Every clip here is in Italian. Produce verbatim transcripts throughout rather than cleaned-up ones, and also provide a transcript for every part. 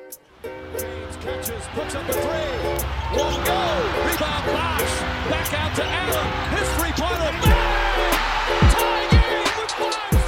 Catches, puts up a three, won't go, rebound Bosh, back out to Allen, his three-pointer, bang! Tie game with five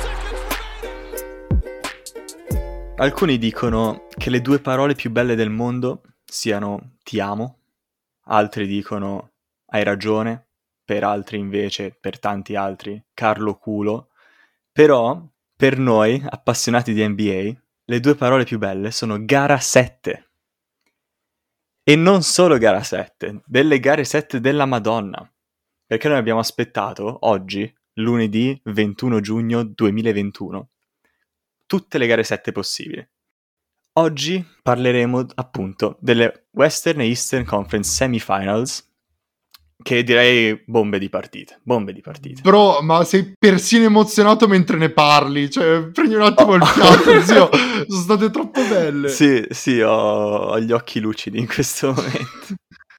seconds remaining! Alcuni dicono che le due parole più belle del mondo siano ti amo, altri dicono hai ragione, per altri invece, per tanti altri, Carlo culo, però per noi, appassionati di N B A, le due parole più belle sono gara sette. E non solo gara sette, delle gare sette della Madonna, perché noi abbiamo aspettato oggi, lunedì ventuno giugno duemilaventuno, tutte le gare sette possibili. Oggi parleremo appunto delle Western e Eastern Conference Semifinals, che direi bombe di partite, bombe di partite. Bro, ma sei persino emozionato mentre ne parli, cioè prendi un attimo Oh. il fiato, zio, sono state troppo belle. Sì, sì, ho, ho gli occhi lucidi in questo momento.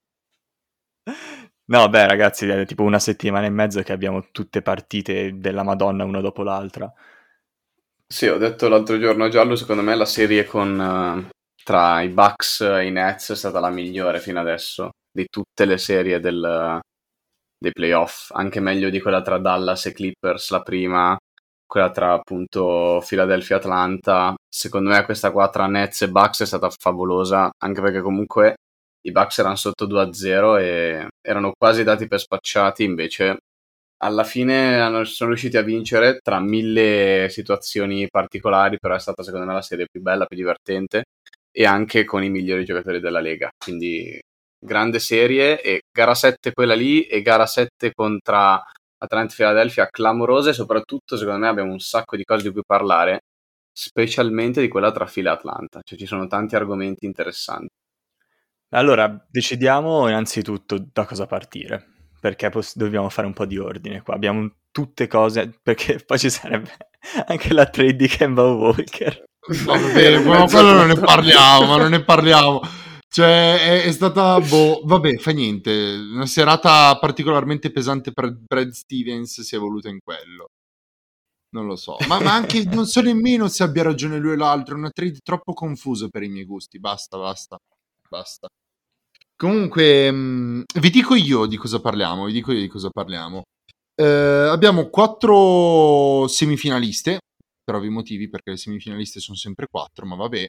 No, beh ragazzi, è tipo una settimana e mezzo che abbiamo tutte partite della Madonna una dopo l'altra. Sì, ho detto l'altro giorno a Giallo, secondo me la serie con uh, tra i Bucks e i Nets è stata la migliore fino adesso di tutte le serie del, dei playoff, anche meglio di quella tra Dallas e Clippers, la prima, quella tra appunto Philadelphia e Atlanta. Secondo me questa qua tra Nets e Bucks è stata favolosa, anche perché comunque i Bucks erano sotto due a zero e erano quasi dati per spacciati, invece alla fine hanno, sono riusciti a vincere tra mille situazioni particolari, però è stata secondo me la serie più bella, più divertente e anche con i migliori giocatori della Lega, quindi grande serie. E gara sette quella lì e gara sette contro Atlanta e Philadelphia clamorose, e soprattutto secondo me abbiamo un sacco di cose di cui parlare, specialmente di quella tra Philly e Atlanta, cioè ci sono tanti argomenti interessanti. Allora, decidiamo innanzitutto da cosa partire, perché pos- dobbiamo fare un po' di ordine qua. Abbiamo tutte cose, perché poi ci sarebbe anche la trade di Kemba Walker. Vabbè, ma quello non ne parliamo, ma non ne parliamo. Cioè, è, è stata, boh, vabbè, fa niente. Una serata particolarmente pesante per Brad Stevens, si è evoluta in quello. Non lo so, ma, ma anche non so nemmeno se abbia ragione lui o l'altro. È una trade troppo confusa per i miei gusti. Basta, basta, basta. Comunque, mh, vi dico io di cosa parliamo. Vi dico io di cosa parliamo. Eh, abbiamo quattro semifinaliste, per ovvi motivi, perché le semifinaliste sono sempre quattro, ma vabbè.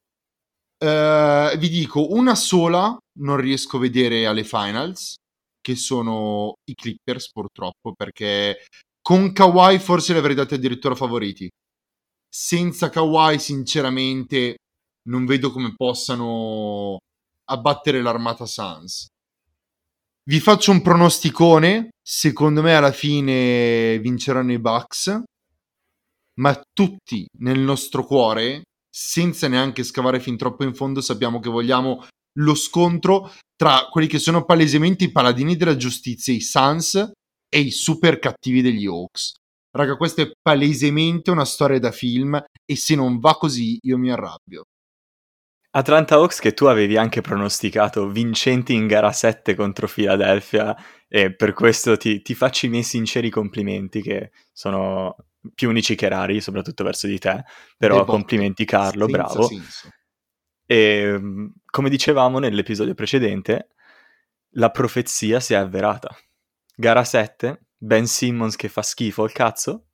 Eh, vi dico una sola, non riesco a vedere alle finals, che sono i Clippers, purtroppo, perché con Kawhi forse li avrei dati addirittura favoriti. Senza Kawhi, sinceramente, non vedo come possano abbattere l'armata Suns. Vi faccio un pronosticone. Secondo me alla fine vinceranno i Bucks, ma tutti nel nostro cuore, senza neanche scavare fin troppo in fondo, sappiamo che vogliamo lo scontro tra quelli che sono palesemente i paladini della giustizia, i Suns, e i super cattivi degli Hawks. Raga, questa è palesemente una storia da film, e se non va così io mi arrabbio. Atlanta Hawks che tu avevi anche pronosticato vincenti in gara sette contro Philadelphia, e per questo ti, ti faccio i miei sinceri complimenti, che sono più unici che rari, soprattutto verso di te, però Dei botte, complimenti Carlo, senza bravo. senso. E come dicevamo nell'episodio precedente, la profezia si è avverata. Gara sette, Ben Simmons che fa schifo al cazzo,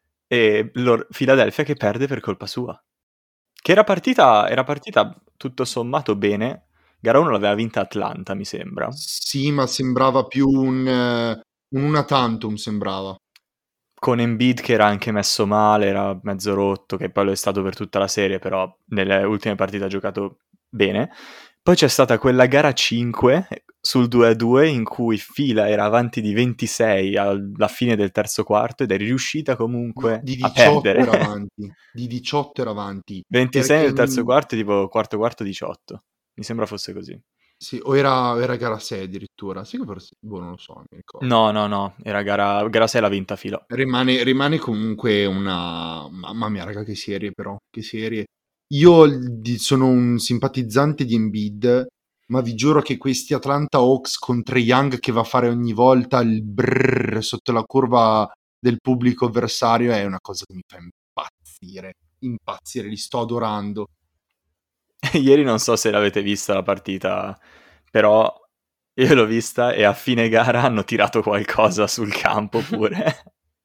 e loro, Philadelphia che perde per colpa sua. Che era partita, era partita tutto sommato bene. Gara uno l'aveva vinta Atlanta, mi sembra. Sì, ma sembrava più un, eh, un una tantum, sembrava. Con Embiid che era anche messo male, era mezzo rotto, che poi lo è stato per tutta la serie, però nelle ultime partite ha giocato bene. Poi c'è stata quella gara cinque sul due a due in cui Fila era avanti di ventisei alla fine del terzo quarto ed è riuscita comunque No, di a diciotto perdere. era avanti. Di diciotto era avanti. ventisei nel Perché, terzo quarto, tipo quarto quarto diciotto. Mi sembra fosse così. sì, o era, era gara sei addirittura. Sì, che forse, boh, non lo so, non mi ricordo. No, no, no, era gara, gara sei l'ha vinta Fila. Rimane, rimane comunque una... Mamma mia, raga, che serie però, che serie. Io di- sono un simpatizzante di Embiid, ma vi giuro che questi Atlanta Hawks con Trae Young che va a fare ogni volta il brrr sotto la curva del pubblico avversario è una cosa che mi fa impazzire, impazzire, li sto adorando. Ieri non so se l'avete vista la partita, però io l'ho vista e a fine gara hanno tirato qualcosa sul campo pure.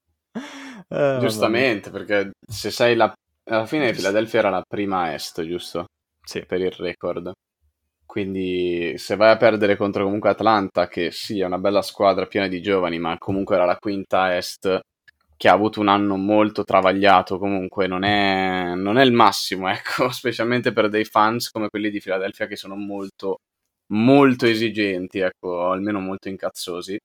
eh, Giustamente, perché se sei la... alla fine Philadelphia era la prima a est, giusto? Sì. Per il record. Quindi se vai a perdere contro comunque Atlanta, che sì, è una bella squadra piena di giovani, ma comunque era la quinta a est, che ha avuto un anno molto travagliato, comunque non è, non è il massimo, ecco, specialmente per dei fans come quelli di Philadelphia che sono molto, molto esigenti, ecco, almeno molto incazzosi.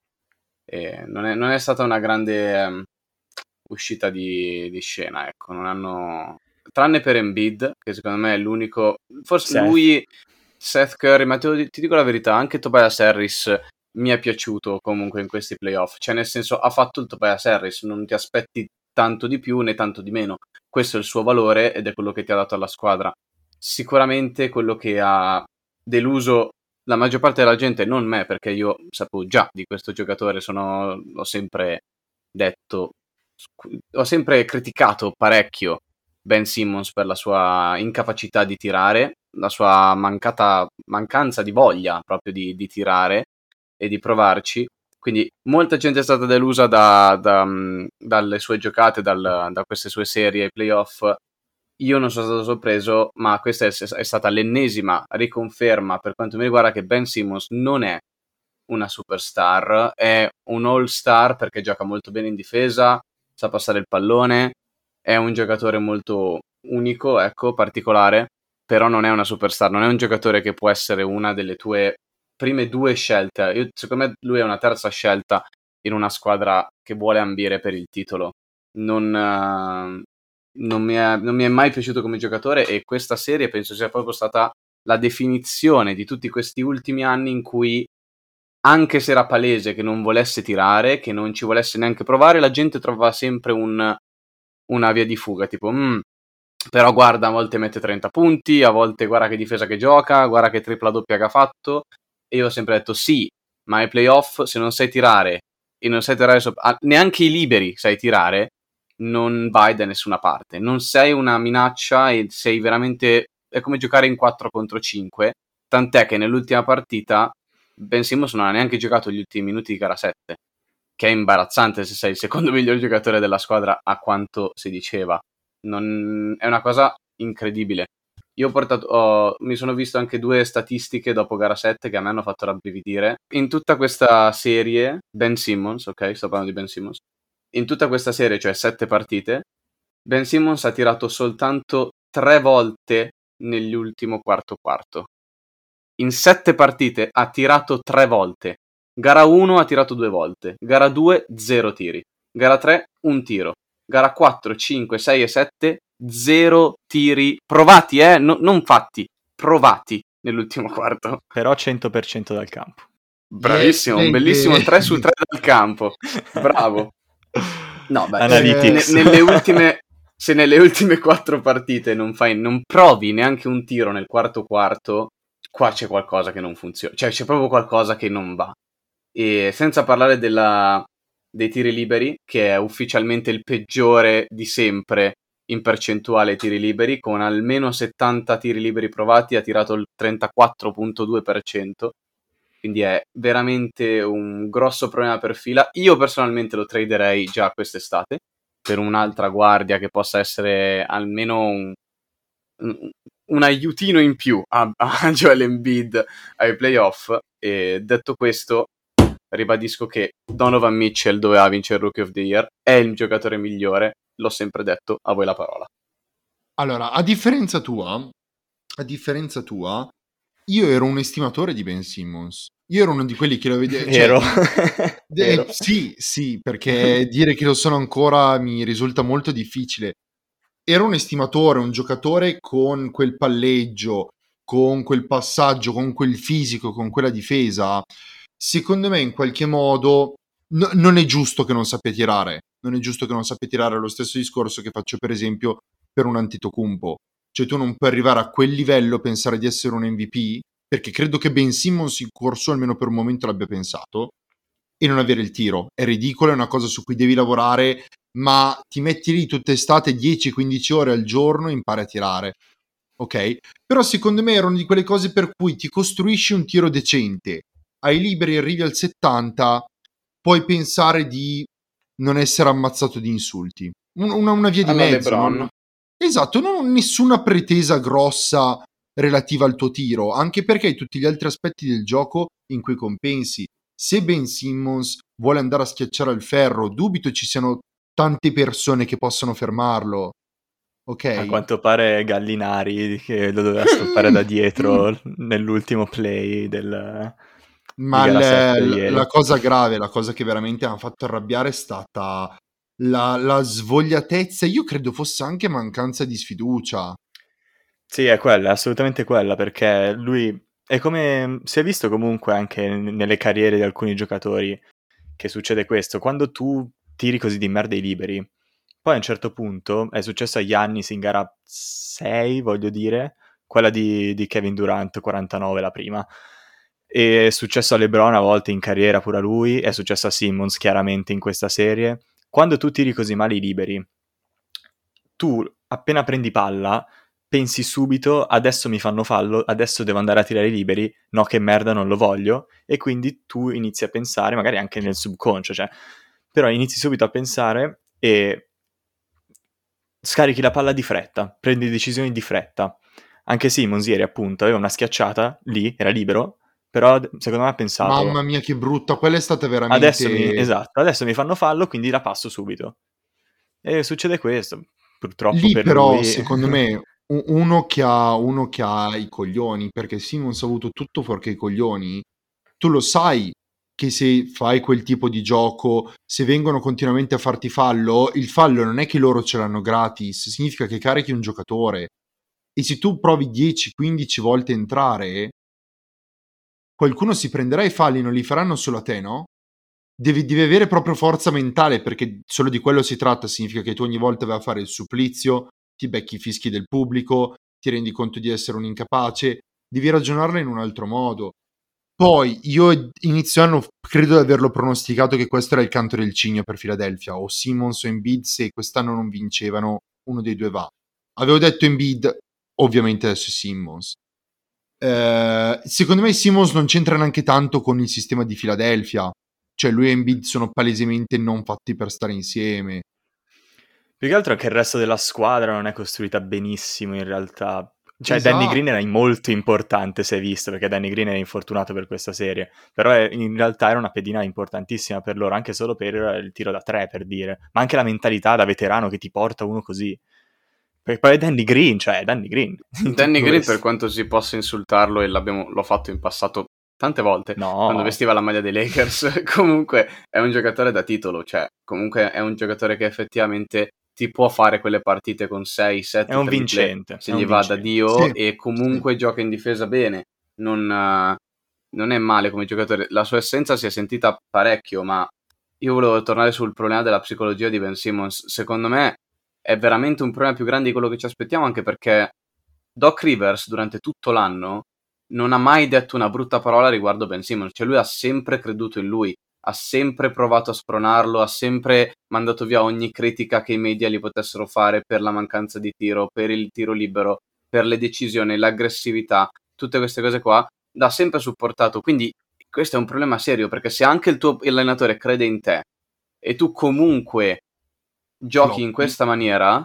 E non, è, non è stata una grande um, uscita di, di scena, ecco, non hanno... Tranne per Embiid, che secondo me è l'unico... Forse Seth. lui, Seth Curry, ma te, ti dico la verità, anche Tobias Harris mi è piaciuto comunque in questi playoff, cioè nel senso ha fatto il Tobias Harris, non ti aspetti tanto di più né tanto di meno, questo è il suo valore ed è quello che ti ha dato alla squadra. Sicuramente quello che ha deluso la maggior parte della gente, non me, perché io sapevo già di questo giocatore, sono, ho sempre detto, ho sempre criticato parecchio Ben Simmons per la sua incapacità di tirare, la sua mancata mancanza di voglia proprio di, di tirare e di provarci. Quindi molta gente è stata delusa da, da, dalle sue giocate, dal, da queste sue serie ai playoff. Io non sono stato sorpreso, ma questa è, è stata l'ennesima riconferma per quanto mi riguarda che Ben Simmons non è una superstar, è un all-star perché gioca molto bene in difesa, sa passare il pallone, è un giocatore molto unico, ecco, particolare, però non è una superstar, non è un giocatore che può essere una delle tue prime due scelte. Io, secondo me lui è una terza scelta in una squadra che vuole ambire per il titolo. Non, uh, non, mi è, non mi è mai piaciuto come giocatore e questa serie penso sia proprio stata la definizione di tutti questi ultimi anni in cui, anche se era palese che non volesse tirare, che non ci volesse neanche provare, la gente trovava sempre un, una via di fuga, tipo mm, però guarda, a volte mette trenta punti, a volte guarda che difesa che gioca, guarda che tripla doppia che ha fatto, e io ho sempre detto sì, ma ai playoff se non sai tirare e non sai tirare sopra, neanche i liberi sai tirare, non vai da nessuna parte, non sei una minaccia e sei veramente, è come giocare in quattro contro cinque, tant'è che nell'ultima partita Ben Simmons non ha neanche giocato gli ultimi minuti di gara sette, che è imbarazzante se sei il secondo miglior giocatore della squadra a quanto si diceva. Non... è una cosa incredibile. Io ho portato, ho... mi sono visto anche due statistiche dopo gara sette che a me hanno fatto rabbrividire. In tutta questa serie, Ben Simmons, ok, sto parlando di Ben Simmons, in tutta questa serie, cioè sette partite, Ben Simmons ha tirato soltanto tre volte nell'ultimo quarto quarto. In sette partite ha tirato tre volte. Gara uno ha tirato due volte. Gara due, zero tiri. Gara tre, un tiro. Gara quattro, cinque, sei e sette, zero tiri. Provati, eh? No, non fatti. Provati nell'ultimo quarto. Però cento per cento dal campo. Bravissimo, Yeah, un bellissimo tre su tre dal campo. Bravo. No, beh, Analytics. ne, nelle ultime... Se nelle ultime quattro partite non fai, non provi neanche un tiro nel quarto quarto, qua c'è qualcosa che non funziona, cioè c'è proprio qualcosa che non va. E senza parlare della, dei tiri liberi, che è ufficialmente il peggiore di sempre in percentuale tiri liberi, con almeno settanta tiri liberi provati ha tirato il trentaquattro virgola due per cento, quindi è veramente un grosso problema per fila. Io personalmente lo traderei già quest'estate per un'altra guardia che possa essere almeno un, un, un aiutino in più a, a Joel Embiid ai playoff. E detto questo, ribadisco che Donovan Mitchell doveva vincere il Rookie of the Year, è il giocatore migliore, l'ho sempre detto, a voi la parola. Allora, a differenza tua, a differenza tua, io ero un estimatore di Ben Simmons. Io ero uno di quelli che lo vedeva. Vero. Cioè, Vero. eh, sì, sì, perché dire che lo sono ancora mi risulta molto difficile. Ero un estimatore, un giocatore con quel palleggio, con quel passaggio, con quel fisico, con quella difesa. Secondo me, in qualche modo, no, non è giusto che non sappia tirare. Non è giusto che non sappia tirare. Lo stesso discorso che faccio, per esempio, per un Antetokounmpo. Cioè, tu non puoi arrivare a quel livello, pensare di essere un M V P, perché credo che Ben Simmons in corso, almeno per un momento, l'abbia pensato, e non avere il tiro. È ridicolo, è una cosa su cui devi lavorare, ma ti metti lì tutte estate dieci quindici ore al giorno e impari a tirare. ok? Però secondo me erano di quelle cose per cui ti costruisci un tiro decente, ai liberi arrivi al settanta, puoi pensare di non essere ammazzato di insulti. Un- Una, una via di Alla mezzo. LeBron. Non... Esatto, non ho nessuna pretesa grossa relativa al tuo tiro, anche perché hai tutti gli altri aspetti del gioco in cui compensi. Se Ben Simmons vuole andare a schiacciare il ferro, dubito ci siano tante persone che possano fermarlo. Ok? A quanto pare Gallinari che lo doveva stoppare da dietro nell'ultimo play del, Ma di gara sette l- ieri. la cosa grave, la cosa che veramente ha fatto arrabbiare è stata la, la svogliatezza. Io credo fosse anche mancanza di sfiducia. Sì, è quella, è assolutamente quella, perché lui è come si è visto comunque anche n- nelle carriere di alcuni giocatori che succede questo, quando tu tiri così di merda i liberi, poi a un certo punto è successo a Giannis in gara sei, voglio dire, quella di, di Kevin Durant, quarantanove la prima, e è successo a LeBron a volte in carriera pure a lui, è successo a Simmons chiaramente in questa serie. Quando tu tiri così male i liberi, tu appena prendi palla pensi subito adesso mi fanno fallo, adesso devo andare a tirare i liberi, no che merda non lo voglio, e quindi tu inizi a pensare, magari anche nel subconscio, cioè, però inizi subito a pensare e scarichi la palla di fretta, prendi decisioni di fretta. Anche Simmons ieri appunto aveva una schiacciata, lì, era libero, però secondo me ha pensato Mamma mia, che brutta! Quella è stata adesso mi, veramente... esatto, adesso mi fanno fallo, quindi la passo subito. E succede questo, purtroppo Lì per però, lui. secondo me, u- uno che ha, uno che ha i coglioni, perché Simmons ha avuto tutto fuorché i coglioni, tu lo sai che se fai quel tipo di gioco, se vengono continuamente a farti fallo, il fallo non è che loro ce l'hanno gratis, significa che carichi un giocatore. E se tu provi dieci quindici volte a entrare, qualcuno si prenderà i falli, non li faranno solo a te, no? Devi, devi avere proprio forza mentale, perché solo di quello si tratta, significa che tu ogni volta vai a fare il supplizio, ti becchi i fischi del pubblico, ti rendi conto di essere un incapace, devi ragionarla in un altro modo. Poi io inizio anno credo di averlo pronosticato che questo era il canto del cigno per Philadelphia, o Simmons o Embiid, se quest'anno non vincevano uno dei due va. Avevo detto Embiid, ovviamente adesso è Simmons. Eh, secondo me Simmons non c'entra neanche tanto con il sistema di Philadelphia, cioè lui e Embiid sono palesemente non fatti per stare insieme. Più che altro che il resto della squadra non è costruita benissimo in realtà. Cioè Esatto. Danny Green era molto importante, se hai visto, perché Danny Green era infortunato per questa serie, però è, in realtà era una pedina importantissima per loro, anche solo per il tiro da tre, per dire, ma anche la mentalità da veterano che ti porta uno così. Perché poi è Danny Green, cioè Danny Green. Danny Green, per quanto si possa insultarlo, e l'abbiamo, l'ho fatto in passato tante volte, no. quando vestiva la maglia dei Lakers, comunque è un giocatore da titolo, cioè comunque è un giocatore che effettivamente ti può fare quelle partite con sei sette è un triple, vincente, se è gli un va da vincente. Dio, Sì, e comunque sì. gioca in difesa bene, non, uh, non è male come giocatore, la sua essenza si è sentita parecchio, ma io volevo tornare sul problema della psicologia di Ben Simmons. Secondo me è veramente un problema più grande di quello che ci aspettiamo, anche perché Doc Rivers durante tutto l'anno non ha mai detto una brutta parola riguardo Ben Simmons, cioè lui ha sempre creduto in lui, ha sempre provato a spronarlo, ha sempre mandato via ogni critica che i media gli potessero fare per la mancanza di tiro, per il tiro libero, per le decisioni, l'aggressività, tutte queste cose qua, l'ha sempre supportato. Quindi questo è un problema serio, perché se anche il tuo allenatore crede in te e tu comunque giochi Floppi. in questa maniera,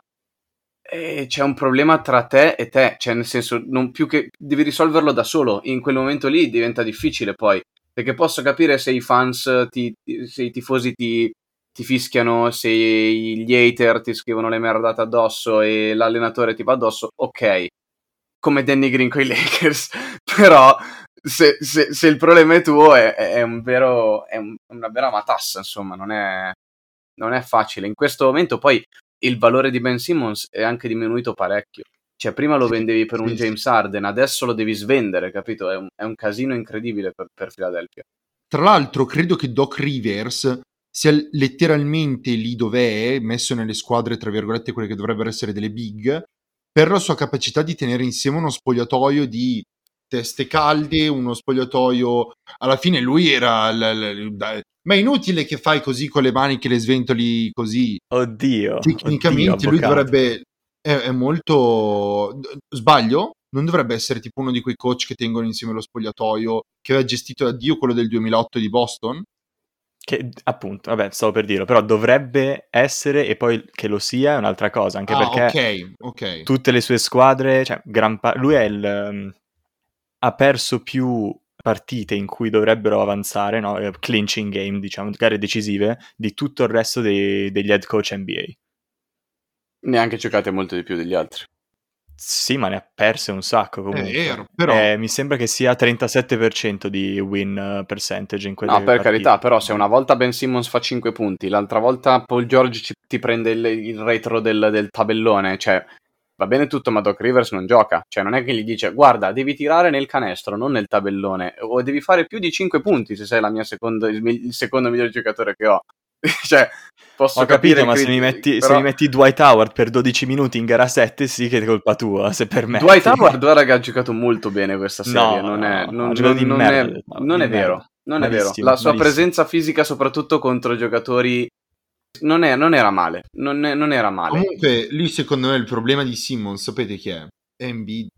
e c'è un problema tra te e te, cioè nel senso, non più che devi risolverlo da solo. In quel momento lì diventa difficile poi, perché posso capire se i fans, ti, se i tifosi ti, ti fischiano, se gli hater ti scrivono le merdate addosso e l'allenatore ti va addosso, ok, come Danny Green con i Lakers, però se, se, se il problema è tuo è, è un vero, è un, una vera matassa, insomma, non è, non è facile. In questo momento poi il valore di Ben Simmons è anche diminuito parecchio. Cioè prima lo Sì, vendevi per sì, un James sì. Harden, adesso lo devi svendere, capito? È un, è un casino incredibile per, per Philadelphia. Tra l'altro credo che Doc Rivers sia letteralmente lì dov'è, messo nelle squadre tra virgolette quelle che dovrebbero essere delle big, per la sua capacità di tenere insieme uno spogliatoio di teste calde, uno spogliatoio... Alla fine lui era... L- l- l- ma è inutile che fai così con le mani, che le sventoli così. Oddio, oddio, Tecnicamente lui avvocato. dovrebbe... è, è molto... Sbaglio? Non dovrebbe essere tipo uno di quei coach che tengono insieme lo spogliatoio, che aveva gestito da Dio quello del duemilaotto di Boston? Che appunto, vabbè, stavo per dirlo, però dovrebbe essere, e poi che lo sia è un'altra cosa, anche Ah, perché ok, ok. tutte le sue squadre, cioè gran pa- lui è il, um, ha perso più partite in cui dovrebbero avanzare, no? Eh, clinching game, diciamo, gare decisive, di tutto il resto dei- degli head coach N B A. Neanche giocate molto di più degli altri. Sì, ma ne ha perse un sacco comunque. È vero, però... Eh, mi sembra che sia trentasette per cento di win eh, percentage in quelle No, per partite. carità, però se una volta Ben Simmons fa cinque punti, l'altra volta Paul George ci- ti prende il, il retro del, del tabellone, cioè va bene tutto, ma Doc Rivers non gioca. Cioè non è che gli dice guarda, devi tirare nel canestro, non nel tabellone, o devi fare più di cinque punti se sei la mia seconda, il, il secondo miglior giocatore che ho. Cioè, posso Ho capire capito, il ma se crit- mi, metti, però... se mi metti Dwight Howard per dodici minuti in gara sette, sì che è colpa tua, se permetti. Dwight Howard, guarda che ha giocato molto bene questa serie, No, non no, è, no, non, ha giocato non- di non merda, è, no, non di è vero, merda. non è vero. Malissimo, La sua malissimo. presenza fisica, soprattutto contro giocatori, non, è- non era male, non, è- non era male. Comunque, lì secondo me il problema di Simmons, sapete chi è? È Embiid.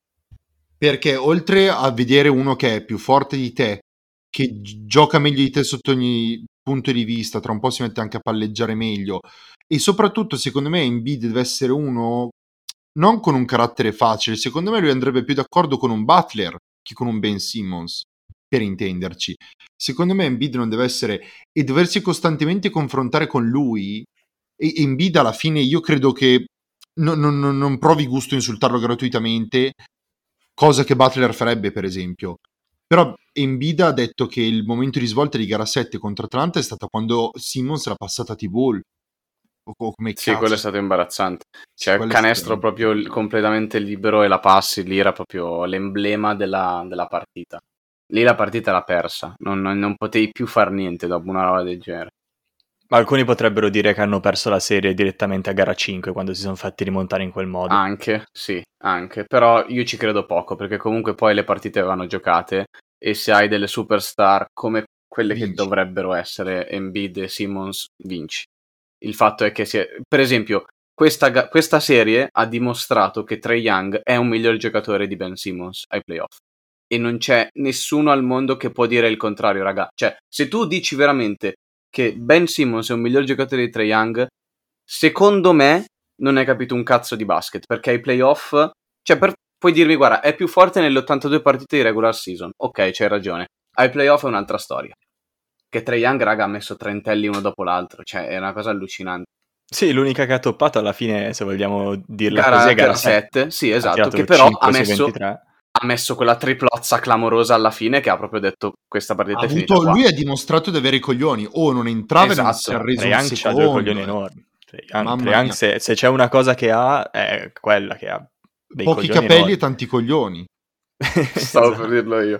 Perché oltre a vedere uno che è più forte di te, che gi- gioca meglio di te sotto ogni punto di vista, tra un po' si mette anche a palleggiare meglio, e soprattutto secondo me Embiid deve essere uno non con un carattere facile, secondo me lui andrebbe più d'accordo con un Butler che con un Ben Simmons, per intenderci. Secondo me Embiid non deve essere, e doversi costantemente confrontare con lui, e Embiid alla fine io credo che non, non- non- non provi gusto a insultarlo gratuitamente, cosa che Butler farebbe per esempio. Però Embiid ha detto che il momento di svolta di gara sette contro Atlanta è stata quando Simmons l'ha passata a T-Ball. O, o come Sì, cazzo. quello è stato imbarazzante. Sì, Cioè, quello è canestro stato- proprio il- completamente libero e la passi, lì era proprio l'emblema della, della partita. Lì la partita era persa, non, non- non potevi più far niente dopo una roba del genere. Ma alcuni potrebbero dire che hanno perso la serie direttamente a gara cinque quando si sono fatti rimontare in quel modo. Anche, sì, anche. Però io ci credo poco, perché comunque poi le partite vanno giocate e se hai delle superstar come quelle che Vinci. dovrebbero essere Embiid e Simmons, vinci. Il fatto è che, si è... per esempio, questa, ga- questa serie ha dimostrato che Trae Young è un miglior giocatore di Ben Simmons ai playoff. E non c'è nessuno al mondo che può dire il contrario, raga. Cioè, se tu dici veramente che Ben Simmons è un miglior giocatore di Trae Young, secondo me non hai capito un cazzo di basket, perché ai playoff, cioè per... puoi dirmi guarda, è più forte nelle ottantadue partite di regular season. Ok, c'hai ragione. Ai playoff è un'altra storia. Che Trae Young, raga, ha messo trentelli uno dopo l'altro, cioè è una cosa allucinante. Sì, l'unica che ha toppato alla fine, se vogliamo dirla Gara, così, è gara gara sette, sì, Ha esatto, tirato che però cinque ha su messo, ventitré. ha messo quella triplozza clamorosa alla fine che ha proprio detto questa Ha partita è finita avuto, qua. lui ha dimostrato di avere i coglioni, o non entrava e non Esatto. si è arreso Trae un Young c'ha secondo. due coglioni eh. enormi. Trae Young, Mamma Trae Young, mia. se, se c'è una cosa che ha, è quella che ha dei Pochi coglioni capelli enormi. e tanti coglioni. Stavo Esatto. per dirlo io.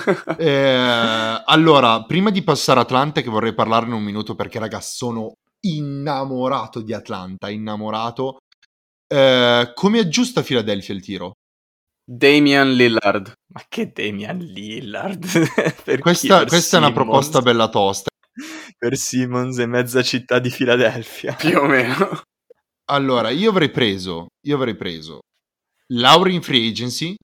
Eh, allora, prima di passare a Atlanta, che vorrei parlarne un minuto perché, raga, sono innamorato di Atlanta, innamorato. Eh, come aggiusta Philadelphia il tiro? Damian Lillard. Ma che Damian Lillard? Per chi? Questa, Per questa è una Simmons? proposta bella tosta. Per Simmons e mezza città di Filadelfia. Più o meno. Allora, io avrei preso, io avrei preso Lauri in free agency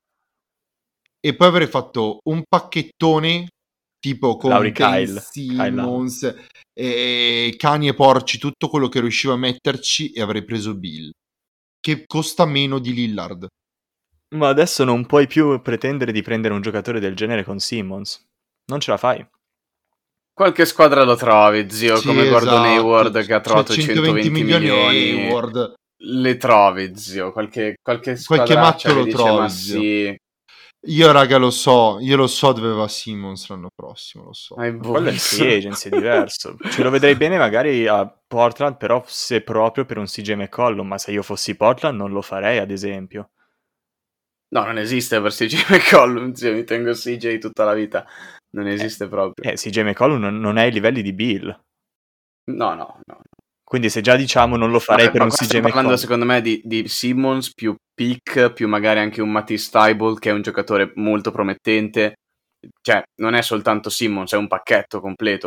e poi avrei fatto un pacchettone tipo con Lauri Ben Kyle. Simmons, e cani e porci, tutto quello che riuscivo a metterci, e avrei preso Bill, che costa meno di Lillard. Ma adesso non puoi più pretendere di prendere un giocatore del genere con Simmons. Non ce la fai. Qualche squadra lo trovi, zio, Sì, come Gordon esatto. Hayward che ha trovato C'è centoventi milioni. Hayward. Le trovi, zio. Qualche, qualche Qualche squadraccia matto che lo dice, trovi, ma zio. sì. Io, raga, lo so, io lo so dove va Simmons l'anno prossimo, lo so. Ai Quello è il Bulls. free agency, è diverso. Ce lo vedrei bene magari a Portland, però se proprio per un C J McCollum, ma se io fossi Portland non lo farei, ad esempio. No, non esiste per C J McCollum, zio, mi tengo C J tutta la vita. Non esiste proprio. Eh, C J McCollum non, non è ai livelli di Bill. No, no, no. Quindi se già diciamo non lo farei Vabbè, per ma un qua C J sto parlando McCollum. secondo me di, di Simmons più pick, più magari anche un Matisse Thybulle che è un giocatore molto promettente. Cioè, non è soltanto Simmons, è un pacchetto completo.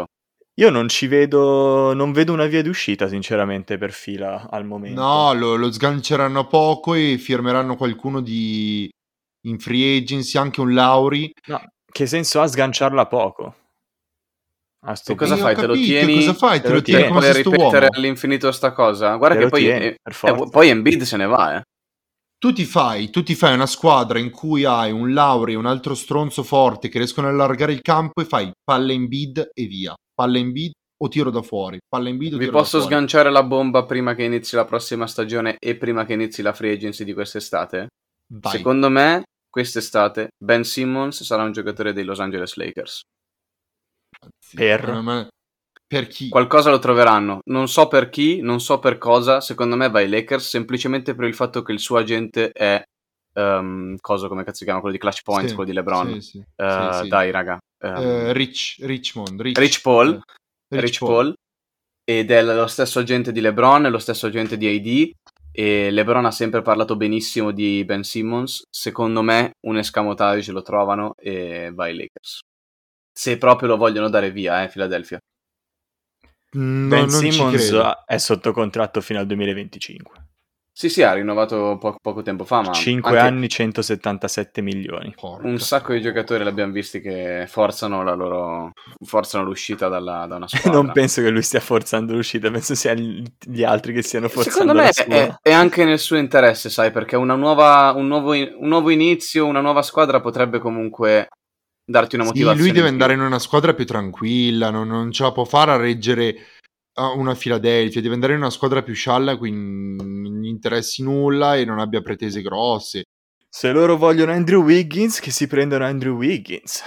Io non ci vedo, non vedo una via d'uscita sinceramente per Fila al momento. No, lo, lo sganceranno poco e firmeranno qualcuno di in free agency, anche un Lauri. No, che senso ha sganciarla poco? A sto E cosa E ho fai? Te lo capito, tieni? cosa fai? te Te lo lo tieni tieni. come Puoi se sto ripetere uomo. all'infinito sta cosa? Guarda Te che lo poi, tieni, eh, per eh, forza. poi Embiid se ne va, eh. Tu ti fai, tu ti fai una squadra in cui hai un Lauri e un altro stronzo forte che riescono ad allargare il campo e fai palla in bid e via. Palla in bid o tiro da fuori. Palla in bid o Vi tiro posso da fuori. sganciare la bomba prima che inizi la prossima stagione e prima che inizi la free agency di quest'estate? Vai. Secondo me, quest'estate, Ben Simmons sarà un giocatore dei Los Angeles Lakers. Sì, Per? ma- ma- per chi? Qualcosa lo troveranno. Non so per chi, non so per cosa. Secondo me va ai Lakers semplicemente per il fatto che il suo agente è... Um, cosa, come cazzo si chiama? Quello di Clutch Points, Sì, quello di LeBron. sì, sì, Uh, sì, sì. Dai, raga. Um, Eh, Rich, Richmond, Rich, Rich Paul. eh, Rich Rich Paul. Paul. Ed è lo stesso agente di LeBron, lo stesso agente di A D. E LeBron ha sempre parlato benissimo di Ben Simmons. Secondo me un escamotage lo trovano e va ai Lakers. Se proprio lo vogliono dare via, eh, Philadelphia. Mm, Ben no, non ci credo. Simmons è sotto contratto fino al duemilaventicinque. Sì, sì, ha rinnovato po- poco tempo fa, ma cinque anche anni, centosettantasette milioni. Porca un sacco di troia. giocatori l'abbiamo visti che forzano la loro forzano l'uscita dalla, da una squadra. Non penso che lui stia forzando l'uscita, penso sia gli gli altri che stiano forzando Secondo me la è, sua. è anche nel suo interesse, sai, perché una nuova, un, nuovo, in- un nuovo inizio, una nuova squadra potrebbe comunque darti una Sì, motivazione. lui deve in più. andare in una squadra più tranquilla, non, non ce la può fare a reggere a una Philadelphia, deve andare in una squadra più scialla, quindi non gli interessi nulla e non abbia pretese grosse. Se loro vogliono Andrew Wiggins, che si prendono Andrew Wiggins.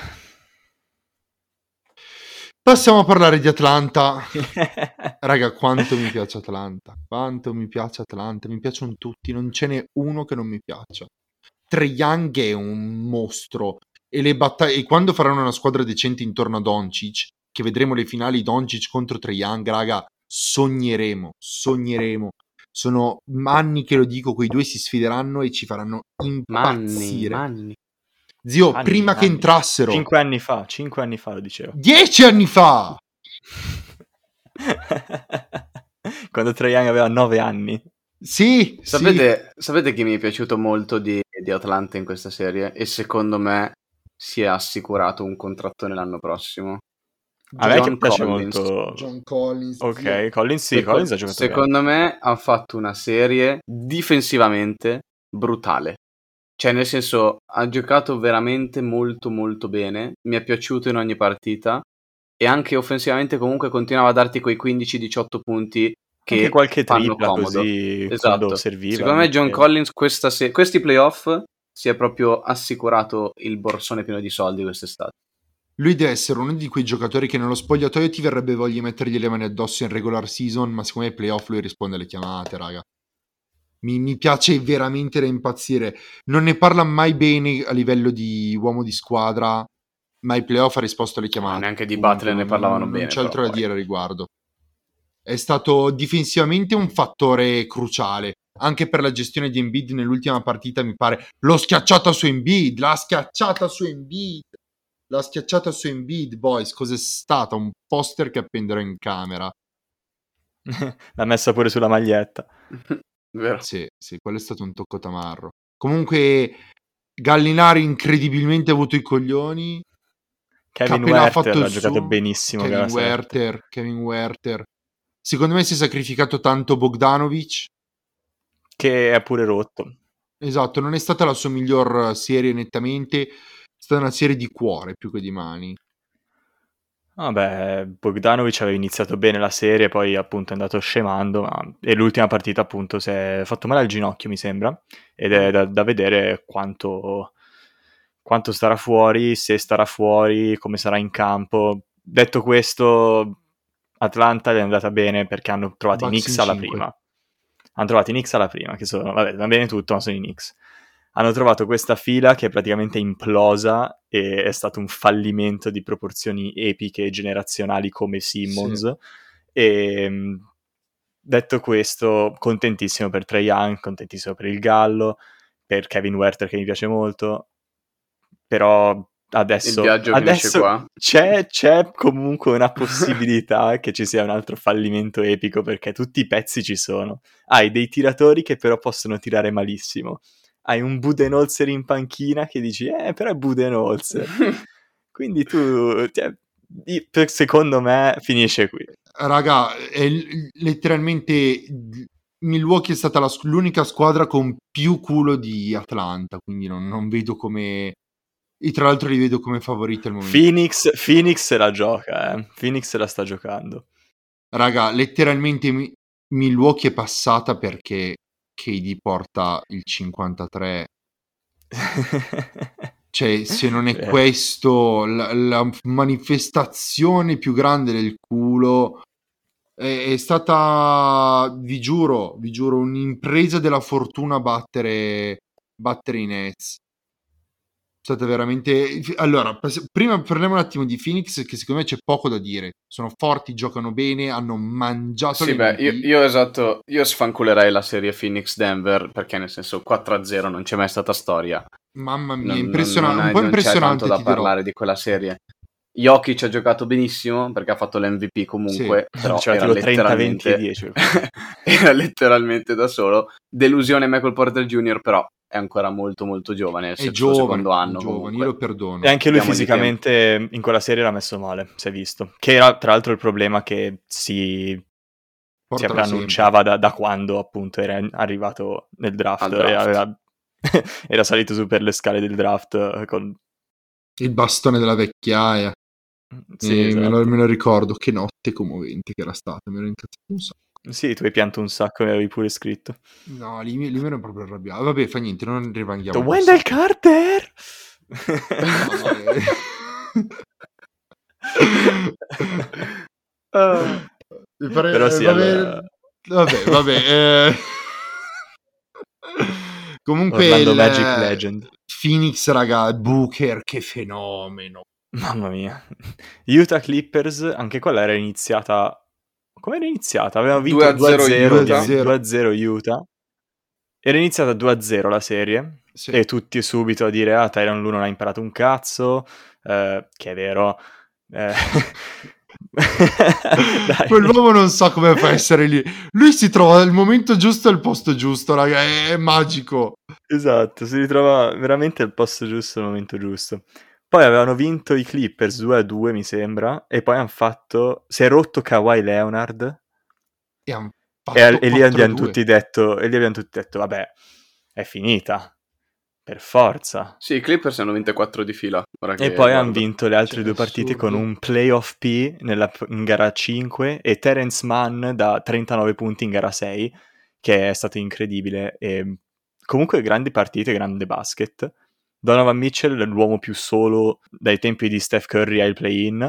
Passiamo a parlare di Atlanta. Raga, quanto mi piace Atlanta, quanto mi piace Atlanta, mi piacciono tutti, non ce n'è uno che non mi piaccia. Trae Young è un mostro e, le battaglie, e quando faranno una squadra decente intorno a Doncic, che vedremo le finali Doncic contro Trae Young, raga, sogneremo, sogneremo. Sono anni che lo dico, quei due si sfideranno e ci faranno Manni, impazzire. manni. Zio, Anni, prima che anni. entrassero, Cinque anni fa, cinque anni fa lo dicevo. dieci anni fa, Quando Trae Young aveva nove anni. sì, sì. Sapete, sapete chi mi è piaciuto molto di, di Atlanta in questa serie? E secondo me si è assicurato un contrattone l'anno prossimo. A me che John piace Collins. molto. John Collins, Ok, zio. Collins sì, Seco- Collins ha giocato secondo me ha fatto una serie difensivamente brutale. Cioè, nel senso, ha giocato veramente molto molto bene. Mi è piaciuto in ogni partita. E anche offensivamente comunque continuava a darti quei quindici diciotto punti che Anche qualche fanno tripla comodo. così Esatto. quando serviva. Secondo me John metteva. Collins questa se- questi playoff si è proprio assicurato il borsone pieno di soldi quest'estate. Lui deve essere uno di quei giocatori che nello spogliatoio ti verrebbe voglia di mettergli le mani addosso in regular season, ma secondo me ai playoff lui risponde alle chiamate, raga. Mi, mi piace veramente da impazzire. Non ne parla mai bene a livello di uomo di squadra, ma ai playoff ha risposto alle chiamate. No, neanche di Punto. Butler ne Non- parlavano non, bene, Non c'è altro però da poi. dire a riguardo. È stato difensivamente un fattore cruciale. Anche per la gestione di Embiid nell'ultima partita, mi pare. L'ho schiacciata su Embiid, l'ha schiacciata su Embiid. L'ha schiacciata su Embiid, boys. Cos'è stata? Un poster che appenderò in camera. L'ha messa pure sulla maglietta. Vero. Sì, sì, quello è stato un tocco tamarro. Comunque, Gallinari incredibilmente ha avuto i coglioni. Kevin Capela ha Werther fatto ha il giocato suo. benissimo. Kevin gara sette. Werther, Kevin Werther. Secondo me si è sacrificato tanto Bogdanovic. Che è pure rotto. Esatto, non è stata la sua miglior serie nettamente. È stata una serie di cuore più che di mani. Vabbè, Bogdanovic aveva iniziato bene la serie, poi appunto è andato scemando, ma... e l'ultima partita appunto si è fatto male al ginocchio, mi sembra, ed è da, da vedere quanto, quanto starà fuori, se starà fuori, come sarà in campo. Detto questo, Atlanta è andata bene perché hanno trovato i Bucks Knicks in alla cinque. prima. Hanno trovato i Knicks alla prima, che sono, vabbè, va bene tutto, ma sono i Knicks. Hanno trovato questa fila che è praticamente implosa e è stato un fallimento di proporzioni epiche e generazionali come Simmons. Sì. E detto questo, contentissimo per Trae Young, contentissimo per il Gallo, per Kevin Werther che mi piace molto, però adesso, Il viaggio finisce adesso qua. c'è, c'è comunque una possibilità che ci sia un altro fallimento epico, perché tutti i pezzi ci sono. Hai dei tiratori che però possono tirare malissimo. Hai un Budenholzer in panchina che dici, eh, però è Budenholzer. Quindi tu, cioè, secondo me, finisce qui. Raga, è letteralmente Milwaukee è stata la, l'unica squadra con più culo di Atlanta, quindi non, non vedo come... E tra l'altro li vedo come favoriti al momento. Phoenix, Phoenix se la gioca, eh. Phoenix se la sta giocando. Raga, letteralmente Mi- Milwaukee è passata perché K D porta il cinquantatré. Cioè, se non è Eh. questo la, la manifestazione più grande del culo, è, è stata, vi giuro, vi giuro, un'impresa della fortuna battere, battere i Nets. È stata veramente... Allora, prima parliamo un attimo di Phoenix, che secondo me c'è poco da dire. Sono forti, giocano bene, hanno mangiato Sì, beh, io, io esatto, io sfanculerei la serie Phoenix-Denver, perché nel senso quattro a zero non c'è mai stata storia. Mamma mia, Non, impressionante, non, non, un po' non impressionante, c'è tanto da ti dirò. parlare di quella serie. Jokic ha giocato benissimo perché ha fatto l'M V P comunque, Sì. però Cioè, era tipo trenta venti e letteralmente dieci. era letteralmente da solo. Delusione Michael Porter Junior, però è ancora molto molto giovane, nel È suo giovane, secondo anno è giovane, comunque. io lo perdono. E anche lui Diamo di fisicamente in quella serie l'ha messo male, si è visto. Che era tra l'altro il problema che si, si preannunciava da, da quando appunto era arrivato nel draft, Al draft. E aveva, era salito su per le scale del draft con... Il bastone della vecchiaia. Sì, eh, esatto. me, lo, me lo ricordo, che notte commovente che era stata, mi ero incazzato un sacco. Sì, tu hai pianto un sacco, mi avevi pure scritto. No, lì, lì mi ero proprio arrabbiato. Vabbè, fa niente, non rivanghiamo. Wendell Carter! uh, mi pare, Però sì, vabbè, allora... vabbè, vabbè. Eh... Comunque Orlando il Magic Legend. Phoenix, raga, Booker, che fenomeno. Mamma mia. Utah Clippers, anche quella era iniziata... Come era iniziata? Avevano vinto due a zero, due a zero Utah. Era iniziata due a zero la serie, sì. E tutti subito a dire, ah, Tyronn Lue non ha imparato un cazzo, eh, che è vero. Eh... Quell'uomo non sa come fa a essere lì. Lui si trova al momento giusto al posto giusto, raga, è, è magico. Esatto, si ritrova veramente al posto giusto al momento giusto. Poi avevano vinto i Clippers due a due, mi sembra, e poi hanno fatto... Si è rotto Kawhi Leonard. E, han e, e lì abbiamo tutti detto, e lì abbiamo tutti detto, vabbè, è finita. Per forza. Sì, i Clippers hanno vinto quattro di fila. Ora che e poi guardo. hanno vinto le altre cioè, due partite assurdo. con un playoff P nella, in gara cinque e Terence Mann da trentanove punti in gara sei, che è stato incredibile. E comunque grandi partite, grande basket. Donovan Mitchell è l'uomo più solo dai tempi di Steph Curry ai play-in.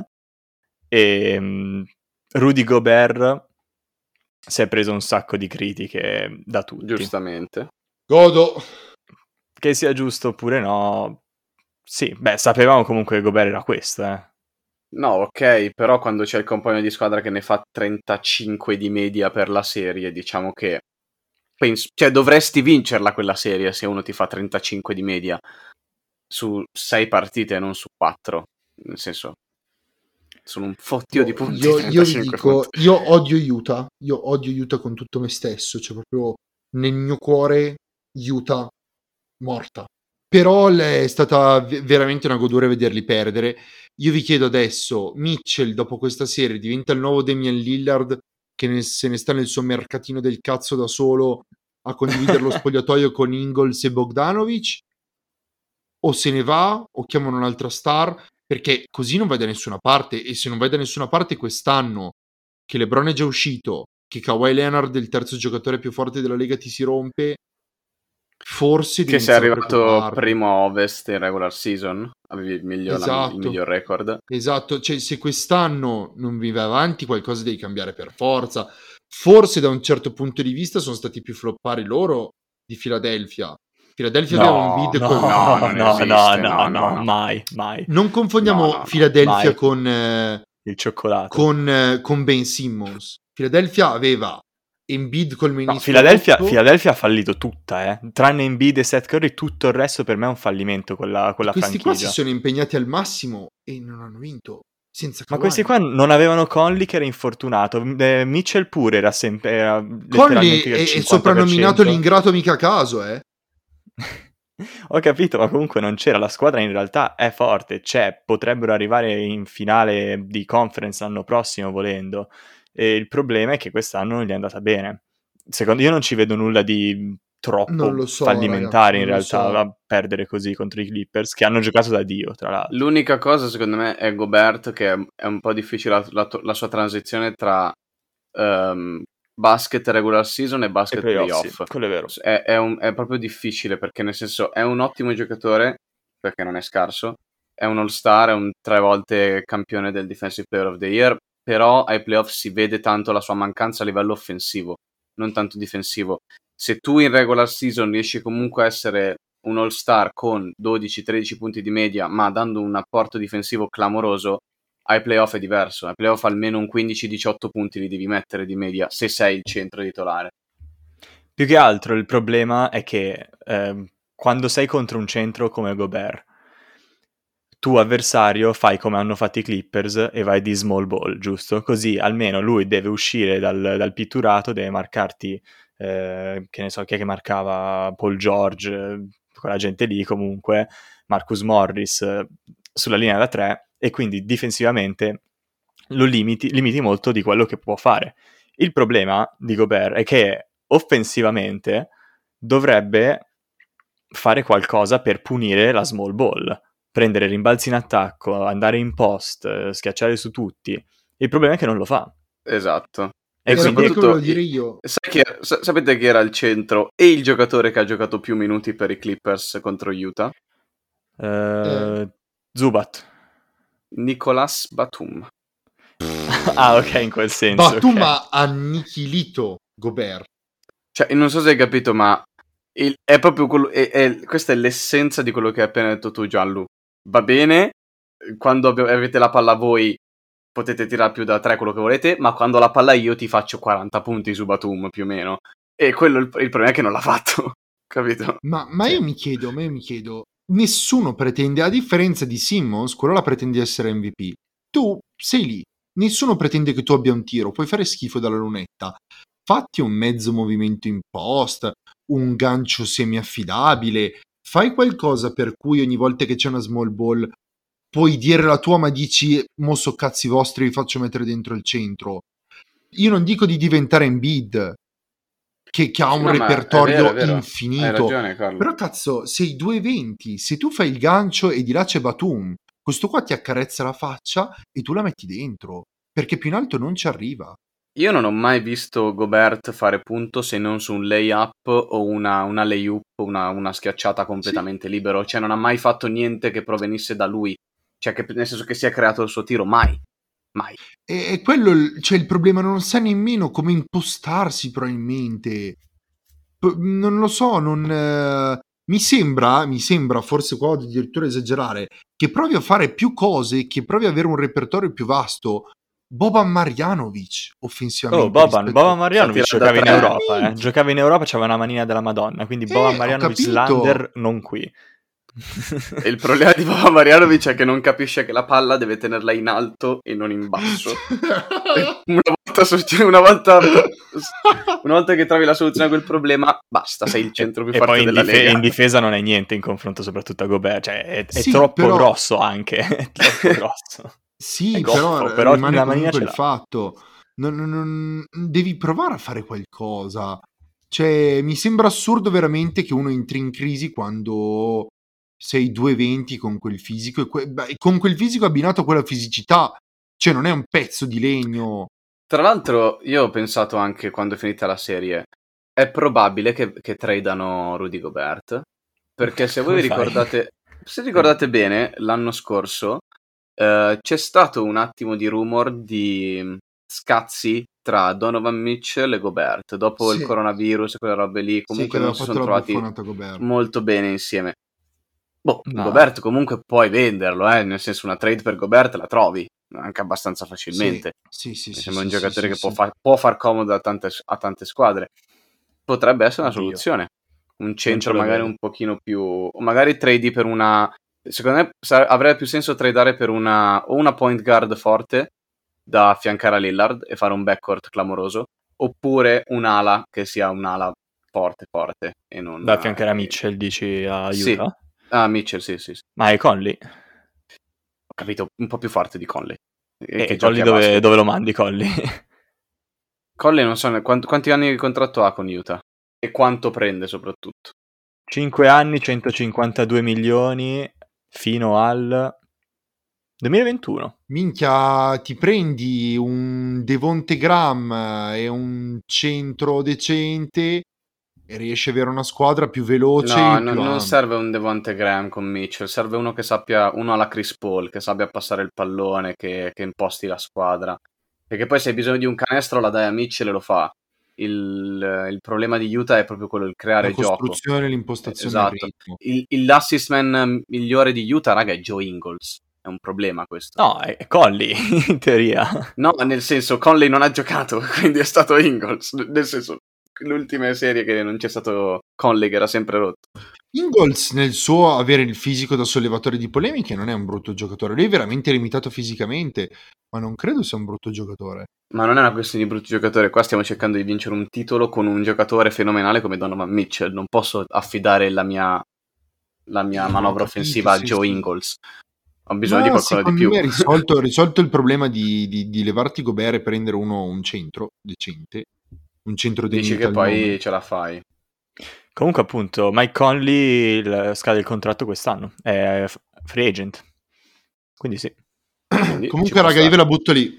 E um, Rudy Gobert si è preso un sacco di critiche da tutti. Giustamente. Godo. Che sia giusto oppure no, sì, beh, sapevamo comunque che Gobert era questo, eh. No, ok, però quando c'è il compagno di squadra che ne fa trentacinque di media per la serie, diciamo che penso, cioè dovresti vincerla quella serie se uno ti fa trentacinque di media su sei partite e non su quattro, nel senso sono un fottio di punti. Io, io vi dico, punti. Io odio Utah, io odio Utah con tutto me stesso, cioè proprio nel mio cuore Utah morta. Però è stata veramente una goduria vederli perdere. Io vi chiedo adesso, Mitchell dopo questa serie diventa il nuovo Damian Lillard che ne, se ne sta nel suo mercatino del cazzo da solo a condividere lo spogliatoio con Ingles e Bogdanovic, o se ne va o chiamano un'altra star, perché così non vai da nessuna parte. E se non vai da nessuna parte quest'anno che LeBron è già uscito, che Kawhi Leonard, il terzo giocatore più forte della Lega, ti si rompe, forse che sei arrivato primo a Ovest in regular season, avevi il miglior, esatto. il miglior record. Esatto, cioè se quest'anno non vi va avanti qualcosa devi cambiare per forza. Forse da un certo punto di vista sono stati più floppari loro di Philadelphia. Philadelphia no, aveva un bid no, con... no, no, esiste, no, no, no, no, mai, mai. Non confondiamo no, no, no, Philadelphia mai. con... Eh, il cioccolato. Con, eh, con Ben Simmons. Philadelphia aveva Embiid col menisco No, Philadelphia, rotto. Philadelphia ha fallito tutta, eh. Tranne Embiid e Seth Curry, tutto il resto per me è un fallimento quella, quella Questi franchigia. qua si sono impegnati al massimo e non hanno vinto. Senza Ma Kawhi. questi qua non avevano Conley che era infortunato, eh, Mitchell pure era sempre era Conley letteralmente è, al è cinquanta per cento. soprannominato l'ingrato mica a caso, eh. Ho capito, ma comunque non c'era, la squadra in realtà è forte, c'è, potrebbero arrivare in finale di conference l'anno prossimo volendo, e il problema è che quest'anno non gli è andata bene. Secondo io non ci vedo nulla di troppo Non lo so, fallimentare raga, in non lo realtà so. a perdere così contro i Clippers, che hanno giocato da Dio, tra l'altro. L'unica cosa secondo me è Gobert, che è, è un po' difficile la, la, la sua transizione tra um, basket regular season e E basket playoff, playoff. sì, quello è vero. È, è, un, è proprio difficile, perché nel senso è un ottimo giocatore, perché non è scarso, è un all-star, è un tre volte campione del Defensive Player of the Year, però ai playoff si vede tanto la sua mancanza a livello offensivo, non tanto difensivo. Se tu in regular season riesci comunque a essere un all-star con dodici tredici punti di media, ma dando un apporto difensivo clamoroso, ai playoff è diverso. Ai playoff almeno un quindici diciotto punti li devi mettere di media, se sei il centro titolare. Più che altro il problema è che eh, quando sei contro un centro come Gobert, tu avversario fai come hanno fatto i Clippers e vai di small ball, giusto? Così almeno lui deve uscire dal, dal pitturato, deve marcarti, eh, che ne so, chi è che marcava Paul George, eh, quella gente lì comunque, Marcus Morris, eh, sulla linea da tre, e quindi difensivamente lo limiti, limiti molto di quello che può fare. Il problema di Gobert è che offensivamente dovrebbe fare qualcosa per punire la small ball, prendere rimbalzi in attacco, andare in post, schiacciare su tutti. Il problema è che non lo fa. Esatto. E, E quindi soprattutto volevo dire io. Sai chi era, sa- sapete chi era il centro e il giocatore che ha giocato più minuti per i Clippers contro Utah? eh, Eh. Zubat. Nicolas Batum. Ah, ok, in quel senso. Batum okay. ha annichilito Gobert. Cioè, non so se hai capito, ma il- è proprio quello. È, è- questa è l'essenza di quello che hai appena detto tu, Gianlu. Va bene, quando abbi- avete la palla voi potete tirare più da tre quello che volete, ma quando la palla io ti faccio quaranta punti su Batum, più o meno. E quello il, il problema è che non l'ha fatto, capito? Ma, ma Sì. io mi chiedo, ma io mi chiedo, nessuno pretende, a differenza di Simmons, quello la pretende essere M V P. Tu sei lì, nessuno pretende che tu abbia un tiro, puoi fare schifo dalla lunetta. Fatti un mezzo movimento in post, un gancio semi-affidabile, fai qualcosa per cui ogni volta che c'è una small ball puoi dire la tua, ma dici, mo so cazzi vostri, vi faccio mettere dentro il centro. Io non dico di diventare Embiid, che, che ha un No, ma è repertorio vero, è vero. Hai infinito. ragione, Carlo. Però cazzo, sei due venti, se tu fai il gancio e di là c'è Batum, questo qua ti accarezza la faccia e tu la metti dentro, perché più in alto non ci arriva. Io non ho mai visto Gobert fare punto se non su un layup o una, una layup, una, una schiacciata completamente libero. Cioè non ha mai fatto niente che provenisse da lui. Cioè che, nel senso che si è creato il suo tiro. Mai. Mai. E, e quello, il- cioè il problema, non sa nemmeno come impostarsi probabilmente. P- non lo so, non... eh, mi sembra, mi sembra, forse qua ho addirittura esagerare, che provi a fare più cose, che provi ad avere un repertorio più vasto. Boban Marjanovic offensivamente Oh, Boban, rispetto- Boban Marjanovic Sta tirando giocava in da tre. Europa, eh. Veramente? Giocava in Europa, c'aveva una manina della Madonna, quindi Eh, Boban ho Marjanovic capito. slander, non qui. E il problema di Boban Marjanovic è che non capisce che la palla deve tenerla in alto e non in basso. Una volta, su- una volta, una volta che trovi la soluzione a quel problema, basta, sei il centro più e forte poi in, della dife- Lega. in difesa non è niente in confronto soprattutto a Gobert, cioè è, è Sì, troppo però- grosso anche, è troppo grosso. Sì, È goffo, però, però rimane la manina comunque ce il l'ha. fatto. Non, non- non- devi provare a fare qualcosa. Cioè, mi sembra assurdo veramente che uno entri in crisi quando sei due venti con quel fisico e que- beh, con quel fisico abbinato a quella fisicità. Cioè, non è un pezzo di legno. Tra l'altro, io ho pensato anche quando è finita la serie, è probabile che, che tradano Rudy Gobert, perché se voi Come vi fai? ricordate, se ricordate bene, l'anno scorso eh, c'è stato un attimo di rumor di scazzi tra Donovan Mitchell e Gobert, dopo Sì. il coronavirus e quelle robe lì, Sì, che comunque aveva non si fatto sono la trovati buffonata Gobert. molto bene insieme. Boh, Ma- Gobert comunque puoi venderlo, eh, nel senso una trade per Gobert la trovi. anche abbastanza facilmente. Sì, sì, sì. Mi sì, sembra sì, un giocatore sì, che sì, può, sì. fa- può far comodo a tante, a tante squadre. Potrebbe essere una Oddio. soluzione. Un Non centro ce lo magari vedo. un pochino più... o magari tradi per una... Secondo me sa- avrebbe più senso tradare per una... o una point guard forte da affiancare a Lillard e fare un backcourt clamoroso, oppure un'ala che sia un'ala forte forte e non... Da affiancare a eh, Mitchell, dici, a Sì. Utah? Ah, Mitchell, sì, sì, sì. Ma è Conley? Ho capito, un po' più forte di Conley. E E che Conley giochi a dove, basket. dove lo mandi, Conley? Conley non so ne- quant- quanti anni di contratto ha con Utah e quanto prende soprattutto. cinque anni, centocinquantadue milioni fino al duemilaventuno. Minchia, ti prendi un Devonte Graham e un centro decente e riesci ad avere una squadra più veloce No, e no- più non ampia. serve un Devonte Graham con Mitchell, serve uno che sappia, uno alla Chris Paul, che sappia passare il pallone, che, che imposti la squadra. Perché poi se hai bisogno di un canestro la dai a Mitchell e lo fa. Il, il problema di Utah è proprio quello, il creare La gioco. costruzione, Eh, l'impostazione al Esatto. ritmo. Il, il assist man migliore di Utah, raga, è Joe Ingles. È un problema questo. No, è Conley, in teoria. No, nel senso, Conley non ha giocato, quindi è stato Ingles. Nel senso, l'ultima serie che non c'è stato Conley, che era sempre rotto. Ingles, nel suo avere il fisico da sollevatore di polemiche, non è un brutto giocatore. Lui è veramente limitato fisicamente, ma non credo sia un brutto giocatore. Ma non è una questione di brutti giocatori. Qua stiamo cercando di vincere un titolo con un giocatore fenomenale come Donovan Mitchell. Non posso affidare la mia, la mia Sì, manovra ho capito, offensiva a sì, Joe sì. Ingles. Ho bisogno Ma di qualcosa di secondo più. me risolto, risolto il problema di, di, di levarti Gobert e prendere uno un centro decente, un centro Dici degnito che al poi nome. ce la fai. Comunque, appunto, Mike Conley il, scade il contratto quest'anno. È f- free agent. Quindi sì. Quindi ci Comunque, può raga, io stare. ve la butto lì.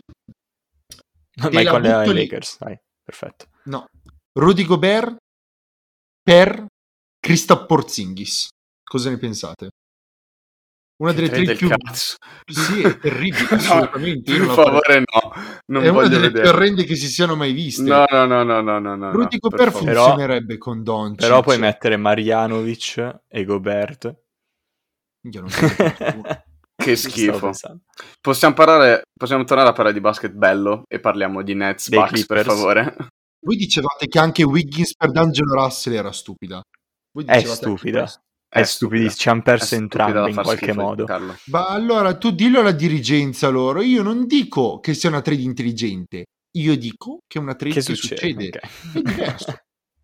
Te Mike la Conley butto ai lì. Lakers. Dai, perfetto. No, Rudy Gobert per Kristaps Porzingis. Cosa ne pensate? Una Che delle trade tre del più... cazzo. Sì, è terribile, No, assolutamente. Io per non la farei. favore no. Non È una voglio delle più vedere. orrende che si siano mai viste. No, no, no, no, no, no, no. Rudy no, per Gobert favore. Però- funzionerebbe con Doncic. Però puoi mettere Marjanovic e Gobert. Minchia, non credo più nessuno. Che Stavo schifo. pensando. Possiamo parlare, possiamo tornare a parlare di basket bello e parliamo di Nets Dei Bucks, per Clippers. favore. Voi dicevate che anche Wiggins per D'Angelo Russell era stupida. Voi È dicevate anche stupida. questo. È, stupida. Ci hanno perso È stupida da entrambi in far qualche schifo, modo. Carlo. Ma allora tu dillo alla dirigenza loro. Io non dico che sia una trade intelligente. Io dico che è una trade Che che, succede? succede. Ok. È diverso.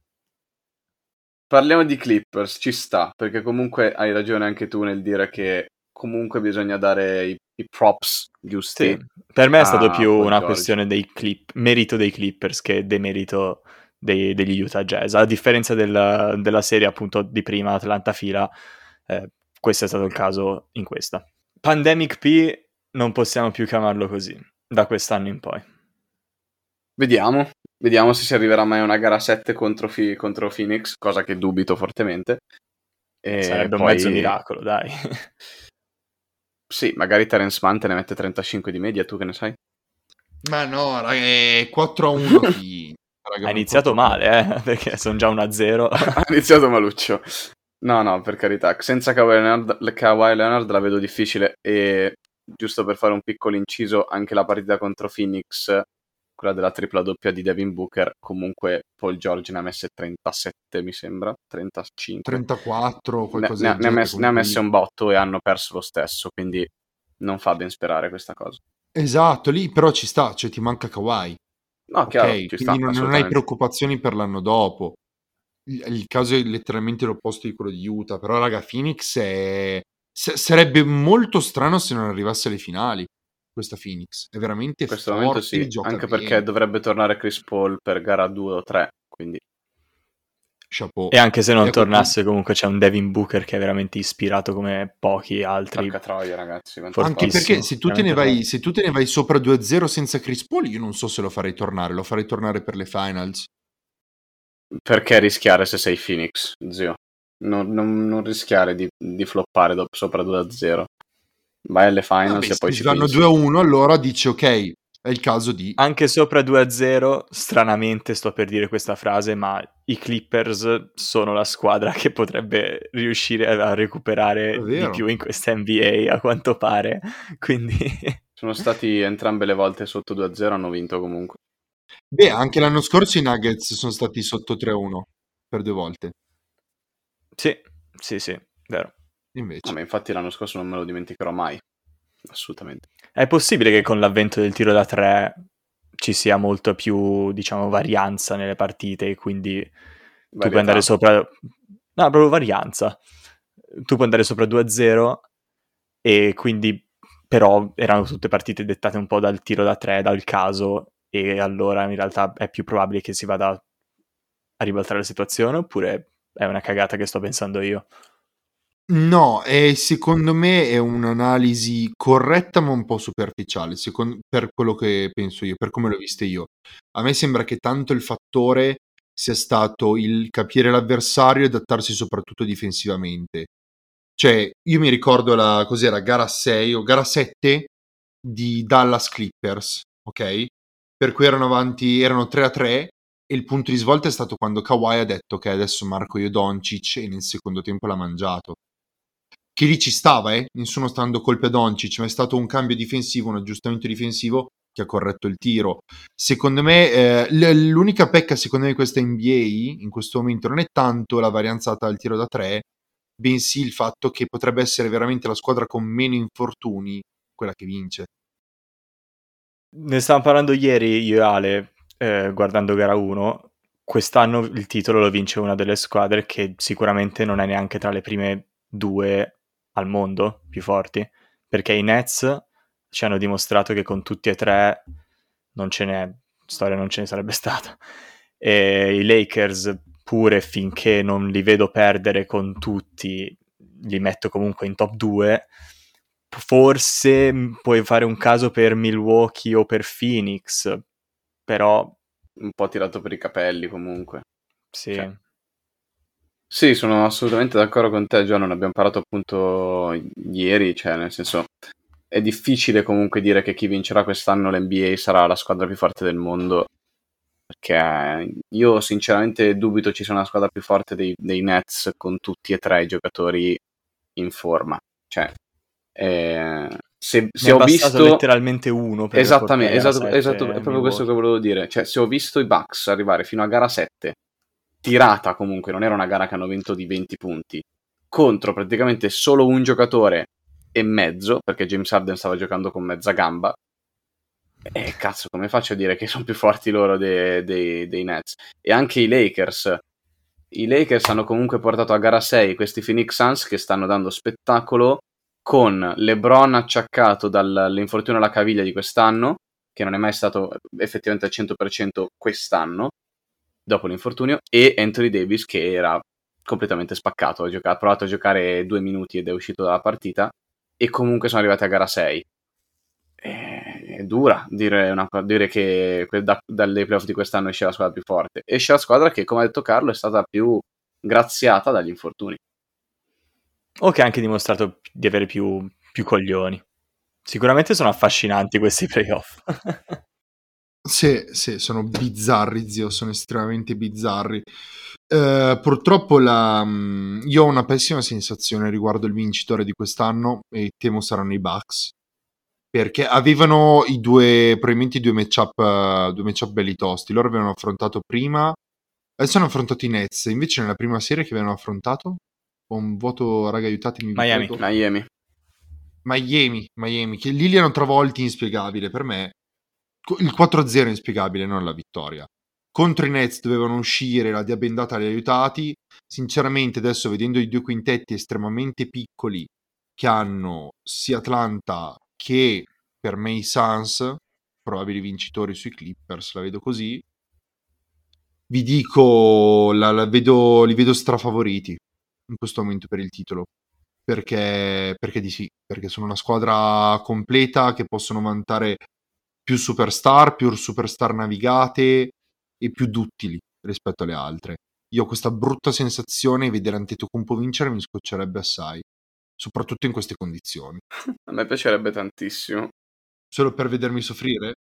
Parliamo di Clippers, ci sta, perché comunque hai ragione anche tu nel dire che comunque bisogna dare i, i props giusti. Sì, per me è stato a più Paul una George. questione dei clip, merito dei Clippers che demerito dei, degli Utah Jazz. A differenza del- della serie appunto di prima, Atlanta fila, eh, questo è stato il caso in questa. Pandemic P non possiamo più chiamarlo così, da quest'anno in poi. Vediamo, vediamo se si arriverà mai a una gara sette contro, Fi- contro Phoenix, cosa che dubito fortemente. E Sarebbe un poi- mezzo miracolo, dai. Sì, magari Terence Mann te ne mette trentacinque di media, tu che ne sai? Ma no, raga, è quattro a uno. Chi... Raga, Ha non iniziato porto- male, eh, perché sono già uno a zero. Ha iniziato maluccio. No, no, per carità. Senza Kawhi Leonard, Kawhi Leonard la vedo difficile. E giusto per fare un piccolo inciso, anche la partita contro Phoenix, quella della tripla doppia di Devin Booker, comunque Paul George ne ha messe trentasette, mi sembra, trentacinque. trentaquattro, Ne, qualcosa ne- del ne ha genere. messe, ne ha comunque messe lì. un botto e hanno perso lo stesso, quindi non fa ben sperare questa cosa. Esatto, lì però ci sta, cioè ti manca Kawhi. No, chiaro, Ok, ci sta, quindi non, non hai assolutamente. preoccupazioni per l'anno dopo. Il, il caso è letteralmente l'opposto di quello di Utah, però raga, Phoenix è... s- sarebbe molto strano se non arrivasse alle finali. Questa Phoenix è veramente In questo forte, momento sì, gioca anche bene. perché dovrebbe tornare Chris Paul per gara due o tre, quindi Chapeau. E anche se non E a quel tornasse, comunque c'è un Devin Booker che è veramente ispirato come pochi altri. porca troia ragazzi. quante Fortissimo. Anche cose. perché se tu, te ne veramente vai, se tu te ne vai sopra due a zero senza Chris Paul, io non so se lo farei tornare, lo farei tornare per le finals. Perché rischiare se sei Phoenix, zio? Non, non- non rischiare di, di floppare dopo, sopra due a zero. Vai alle finals Vabbè, e poi se ci vanno pensi. due a uno, allora dici ok, è il caso di... Anche sopra due a zero, stranamente sto per dire questa frase, ma i Clippers sono la squadra che potrebbe riuscire a recuperare di più in questa N B A, a quanto pare, quindi... Sono stati entrambe le volte sotto due a zero, hanno vinto comunque. Beh, anche l'anno scorso i Nuggets sono stati sotto tre a uno per due volte. Sì, sì, sì, vero. Invece. Ah, ma infatti l'anno scorso non me lo dimenticherò mai, assolutamente. È possibile che con l'avvento del tiro da tre ci sia molto più, diciamo, varianza nelle partite, e quindi Varietà. tu puoi andare sopra... No, proprio varianza. Tu puoi andare sopra due a zero e quindi però erano tutte partite dettate un po' dal tiro da tre, dal caso, e allora in realtà è più probabile che si vada a ribaltare la situazione, oppure è una cagata che sto pensando io? No, è, secondo me è un'analisi corretta ma un po' superficiale, secondo, per quello che penso io, per come l'ho vista io. A me sembra che tanto il fattore sia stato il capire l'avversario e adattarsi soprattutto difensivamente. Cioè, io mi ricordo la, cos'era, gara sei o gara sette di Dallas Clippers, ok? Per cui erano avanti, erano tre a tre, e il punto di svolta è stato quando Kawhi ha detto che adesso marco io Doncic, e nel secondo tempo l'ha mangiato. Che lì ci stava, eh? Nessuno sta dando colpe a Doncic, ma è stato un cambio difensivo, un aggiustamento difensivo che ha corretto il tiro. Secondo me, eh, l- l'unica pecca secondo me di questa N B A in questo momento non è tanto la varianza al tiro da tre, bensì il fatto che potrebbe essere veramente la squadra con meno infortuni quella che vince. Ne stavamo parlando ieri io e Ale, eh, guardando gara uno. Quest'anno il titolo lo vince una delle squadre che sicuramente non è neanche tra le prime due al mondo più forti, perché i Nets ci hanno dimostrato che con tutti e tre non ce n'è, storia non ce ne sarebbe stata. E i Lakers pure, finché non li vedo perdere con tutti, li metto comunque in top due. Forse puoi fare un caso per Milwaukee o per Phoenix, però... Un po' tirato per i capelli comunque. Sì. Cioè. Sì, sono assolutamente d'accordo con te, John, ne abbiamo parlato appunto ieri, cioè nel senso è difficile comunque dire che chi vincerà quest'anno l'N B A sarà la squadra più forte del mondo, perché io sinceramente dubito ci sia una squadra più forte dei, dei Nets con tutti e tre i giocatori in forma. Cioè, eh, se, se ne ho è bastato visto letteralmente uno per esattamente, esatto, sette, esatto, è proprio questo che volevo dire. Cioè, se ho visto i Bucks arrivare fino a gara sette, tirata comunque, non era una gara che hanno vinto di venti punti, contro praticamente solo un giocatore e mezzo, perché James Harden stava giocando con mezza gamba, e cazzo, come faccio a dire che sono più forti loro dei, dei, dei Nets? E anche i Lakers. I Lakers hanno comunque portato a gara sei questi Phoenix Suns che stanno dando spettacolo, con LeBron acciaccato dall'infortunio alla caviglia di quest'anno, che non è mai stato effettivamente al cento per cento quest'anno, dopo l'infortunio, e Anthony Davis che era completamente spaccato, ha, giocato, ha provato a giocare due minuti ed è uscito dalla partita, e comunque sono arrivati a gara sei. È dura dire, una, dire che da, dalle playoff di quest'anno esce la squadra più forte. Esce la squadra che, come ha detto Carlo, è stata più graziata dagli infortuni. O che ha anche dimostrato di avere più, più coglioni. Sicuramente sono affascinanti questi playoff. Sì, sì, sono bizzarri, zio, sono estremamente bizzarri. Uh, purtroppo la, um, io ho una pessima sensazione riguardo il vincitore di quest'anno, e temo saranno i Bucks, perché avevano i due, probabilmente i due matchup, uh, due matchup belli tosti. Loro avevano affrontato prima, adesso hanno affrontato i Nets, invece nella prima serie che avevano affrontato, ho un voto, raga, aiutatemi. Miami. Miami. Miami, Miami, che lì li hanno travolti, inspiegabile per me. Il quattro a zero è inspiegabile, non la vittoria. Contro i Nets dovevano uscire, la diabendata li ha aiutati. Sinceramente adesso, vedendo i due quintetti estremamente piccoli che hanno sia Atlanta che per me i Suns, probabili vincitori sui Clippers, la vedo così, vi dico, la, la vedo, li vedo strafavoriti in questo momento per il titolo, perché, perché di sì, perché sono una squadra completa che possono vantare più superstar, più superstar navigate e più duttili rispetto alle altre. Io ho questa brutta sensazione, vedere Antetokounmpo vincere mi scoccerebbe assai, soprattutto in queste condizioni. A me piacerebbe tantissimo. Solo per vedermi soffrire?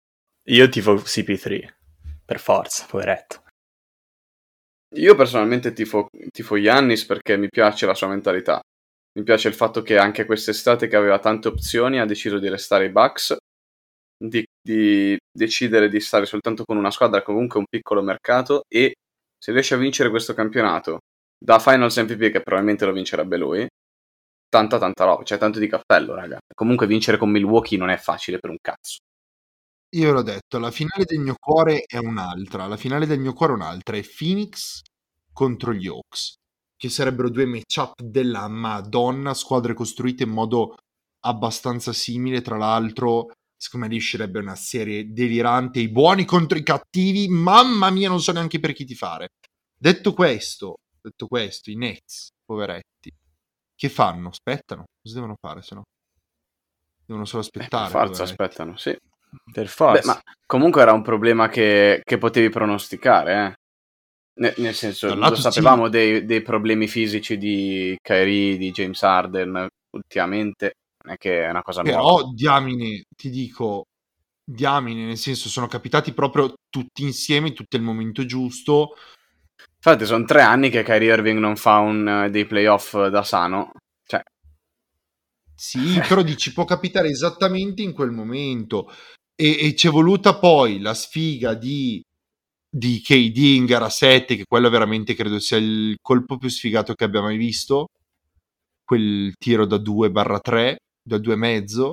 Io tifo C P tre, per forza, poveretto. Io personalmente tifo, tifo Giannis perché mi piace la sua mentalità. Mi piace il fatto che anche quest'estate, che aveva tante opzioni, ha deciso di restare ai Bucks, di, di decidere di stare soltanto con una squadra, comunque un piccolo mercato, e se riesce a vincere questo campionato da Finals M V P, che probabilmente lo vincerebbe lui, tanta tanta roba, cioè tanto di cappello, raga. Comunque vincere con Milwaukee non è facile per un cazzo. Io l'ho detto, la finale del mio cuore è un'altra, la finale del mio cuore è un'altra, è Phoenix contro gli Hawks, che sarebbero due matchup della Madonna, squadre costruite in modo abbastanza simile, tra l'altro secondo me riuscirebbe una serie delirante, i buoni contro i cattivi, mamma mia, non so neanche per chi tifare. Detto questo, detto questo, i Nets, poveretti, che fanno? Aspettano, cosa devono fare se no? Devono solo aspettare. Eh, per forza, poveretti. aspettano, sì. Per forza. Beh, ma comunque era un problema che, che potevi pronosticare, eh. Ne- nel senso, Da un lo lato sapevamo sì. dei, dei problemi fisici di Kyrie, di James Harden ultimamente, non è che è una cosa nuova. Però, diamine, ti dico, diamine, nel senso, sono capitati proprio tutti insieme, tutto il momento giusto. Infatti sono tre anni che Kyrie Irving non fa un, uh, dei playoff da sano, cioè... Sì, però dici, può capitare esattamente in quel momento. E, e c'è voluta poi la sfiga di, di K D in gara sette, che quello veramente credo sia il colpo più sfigato che abbia mai visto. Quel tiro da due barra tre, da due e mezzo.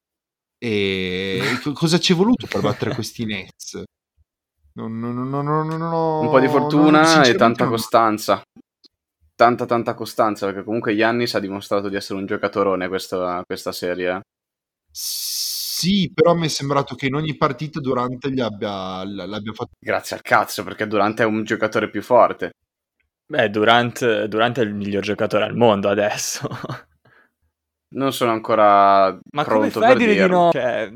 E co- cosa ci è voluto per battere questi Nets? Non, non, non, non, non, non, Un po' di non, fortuna e sinceramente tanta non- costanza. Tanta tanta costanza, perché comunque Giannis ha dimostrato di essere un giocatorone questa, questa serie. eh. Sì, però mi è sembrato che in ogni partita Durante gli abbia, l- l'abbia fatto. Grazie al cazzo, perché Durant è un giocatore più forte. Beh, Durant, Durant è il miglior giocatore al mondo adesso. Non sono ancora Ma come pronto fai a per dire di dirlo. no? Cioè...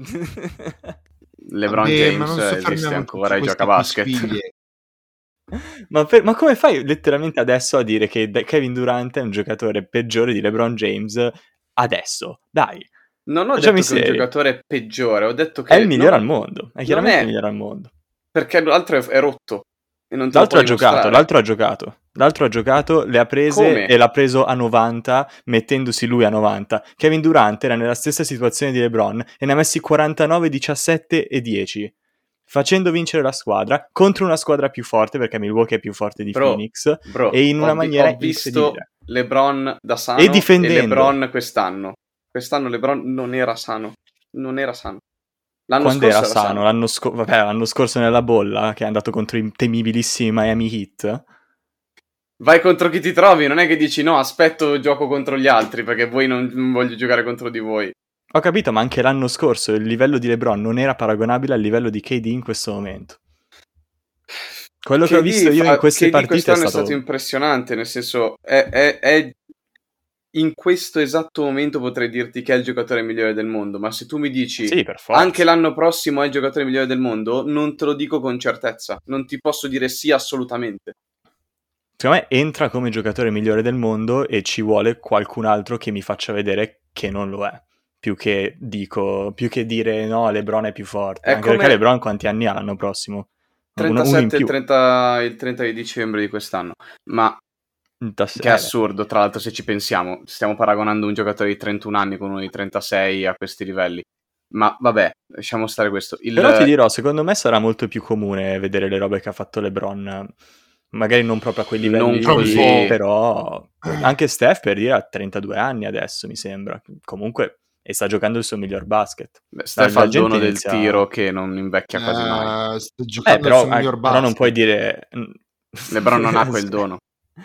LeBron Vabbè, ma James non esiste soffermiamo tutti ancora e queste gioca basket. quisquiglie. ma, per- ma come fai letteralmente adesso a dire che De- Kevin Durant è un giocatore peggiore di LeBron James adesso? Dai, Non ho facciamo i detto che è un seri. giocatore peggiore, ho detto È che il migliore non, al mondo, è non chiaramente è il migliore al mondo. perché l'altro è, è rotto e non te lo L'altro può ha giocato, dimostrare. l'altro ha giocato, l'altro ha giocato, le ha prese Come? e l'ha preso a novanta, mettendosi lui a novanta. Kevin Durant era nella stessa situazione di LeBron e ne ha messi quarantanove, diciassette e dieci, facendo vincere la squadra contro una squadra più forte, perché Milwaukee è più forte di Bro, Phoenix, bro, e in una ho, vi- maniera ho visto incredibile. LeBron da E sano e difendendo. LeBron quest'anno. Quest'anno LeBron non era sano. Non era sano. L'anno Quando scorso era era sano? sano. L'anno, sco- vabbè, l'anno scorso nella bolla, che è andato contro i temibilissimi Miami Heat. Vai contro chi ti trovi, non è che dici no, aspetto gioco contro gli altri perché voi non, non voglio giocare contro di voi. Ho capito, ma anche l'anno scorso il livello di LeBron non era paragonabile al livello di K D in questo momento. Quello che ho visto K D, io in fa, queste K D partite è quest'anno è stato... stato impressionante, nel senso è, è, è in questo esatto momento potrei dirti che è il giocatore migliore del mondo, ma se tu mi dici Sì, per forza. anche l'anno prossimo è il giocatore migliore del mondo, non te lo dico con certezza, non ti posso dire sì assolutamente. Secondo me entra come giocatore migliore del mondo e ci vuole qualcun altro che mi faccia vedere che non lo è. Più che dico, più che dire no, LeBron è più forte. È Anche perché come LeBron quanti anni ha l'anno prossimo? Uno, uno in trentasette più. trenta, il trenta di dicembre di quest'anno, ma Tas- che eh, assurdo, tra l'altro, se ci pensiamo. Stiamo paragonando un giocatore di trentuno anni con uno di trentasei a questi livelli. Ma vabbè, lasciamo stare questo. Il... Però ti dirò, secondo me sarà molto più comune vedere le robe che ha fatto LeBron. Magari non proprio a quei livelli Non Tra un lì, così. però anche Steph per dire ha trentadue anni adesso, mi sembra. Comunque, e sta giocando il suo miglior basket. Beh, La, Steph ha la il dono gente del inizia... tiro che non invecchia quasi mai. Eh, sta Beh, giocando il però, suo miglior eh, però non puoi basket. dire... LeBron non ha quel dono.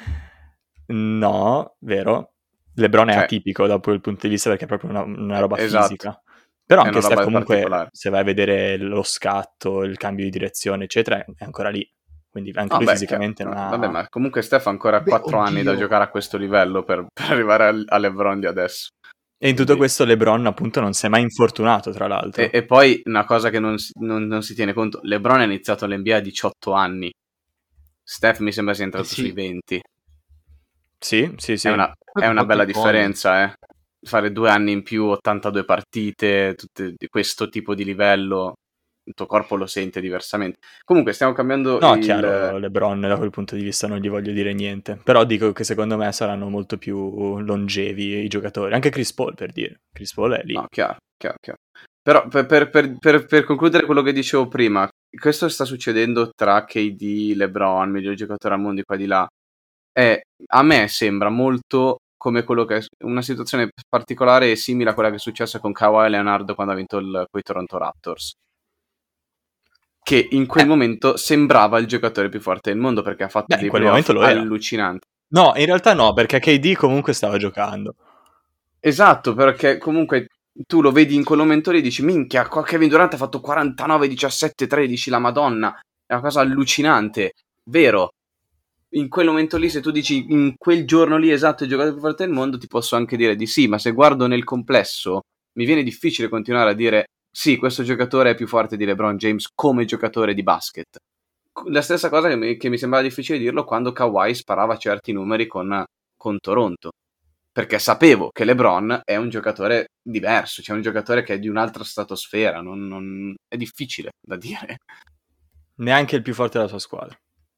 No, vero? LeBron è Cioè, atipico dal quel punto di vista perché è proprio una, una eh, roba esatto. fisica. Però È anche una Steph roba comunque, particolare. se vai a vedere lo scatto, il cambio di direzione, eccetera, è ancora lì. Quindi anche lui Vabbè, chiaro. fisicamente non Vabbè, ha... ma comunque Steph ha ancora Beh, quattro anni da oddio. giocare a questo livello per, per arrivare al, a LeBron di adesso. E in tutto Quindi... questo LeBron appunto non si è mai infortunato, tra l'altro. E, e poi una cosa che non, si- non- non si tiene conto, LeBron ha iniziato l'N B A a diciotto anni. Steph mi sembra sia entrato Eh sì. sui venti. Sì, sì, sì. È una, Poi è ha una fatto bella il college. differenza, eh. Fare due anni in più, ottantadue partite, tutte di questo tipo di livello. il tuo corpo lo sente diversamente. Comunque stiamo cambiando No, il... chiaro, LeBron da quel punto di vista non gli voglio dire niente, però dico che secondo me saranno molto più longevi i giocatori, anche Chris Paul per dire, Chris Paul è lì. No, chiaro, chiaro, chiaro. Però per, per, per, per, per concludere quello che dicevo prima, questo sta succedendo tra K D, LeBron, miglior giocatore al mondo di qua di là, è, a me sembra molto come quello che è una situazione particolare e simile a quella che è successa con Kawhi Leonard quando ha vinto il, coi Toronto Raptors, che in quel Eh. momento sembrava il giocatore più forte del mondo perché ha fatto Beh, dei in quel playoff momento lo era. allucinanti. No, in realtà no, perché K D comunque stava giocando. Esatto, perché comunque tu lo vedi in quel momento lì e dici minchia, qua Kevin Durant ha fatto quarantanove diciassette tredici, la madonna, è una cosa allucinante, vero? In quel momento lì, se tu dici in quel giorno lì esatto il giocatore più forte del mondo, ti posso anche dire di sì, ma se guardo nel complesso mi viene difficile continuare a dire sì, questo giocatore è più forte di LeBron James come giocatore di basket. La stessa cosa che mi, che mi sembrava difficile dirlo quando Kawhi sparava certi numeri con, con Toronto, perché sapevo che LeBron è un giocatore diverso, cioè un giocatore che è di un'altra stratosfera, non, non... è difficile da dire. Neanche il più forte della sua squadra.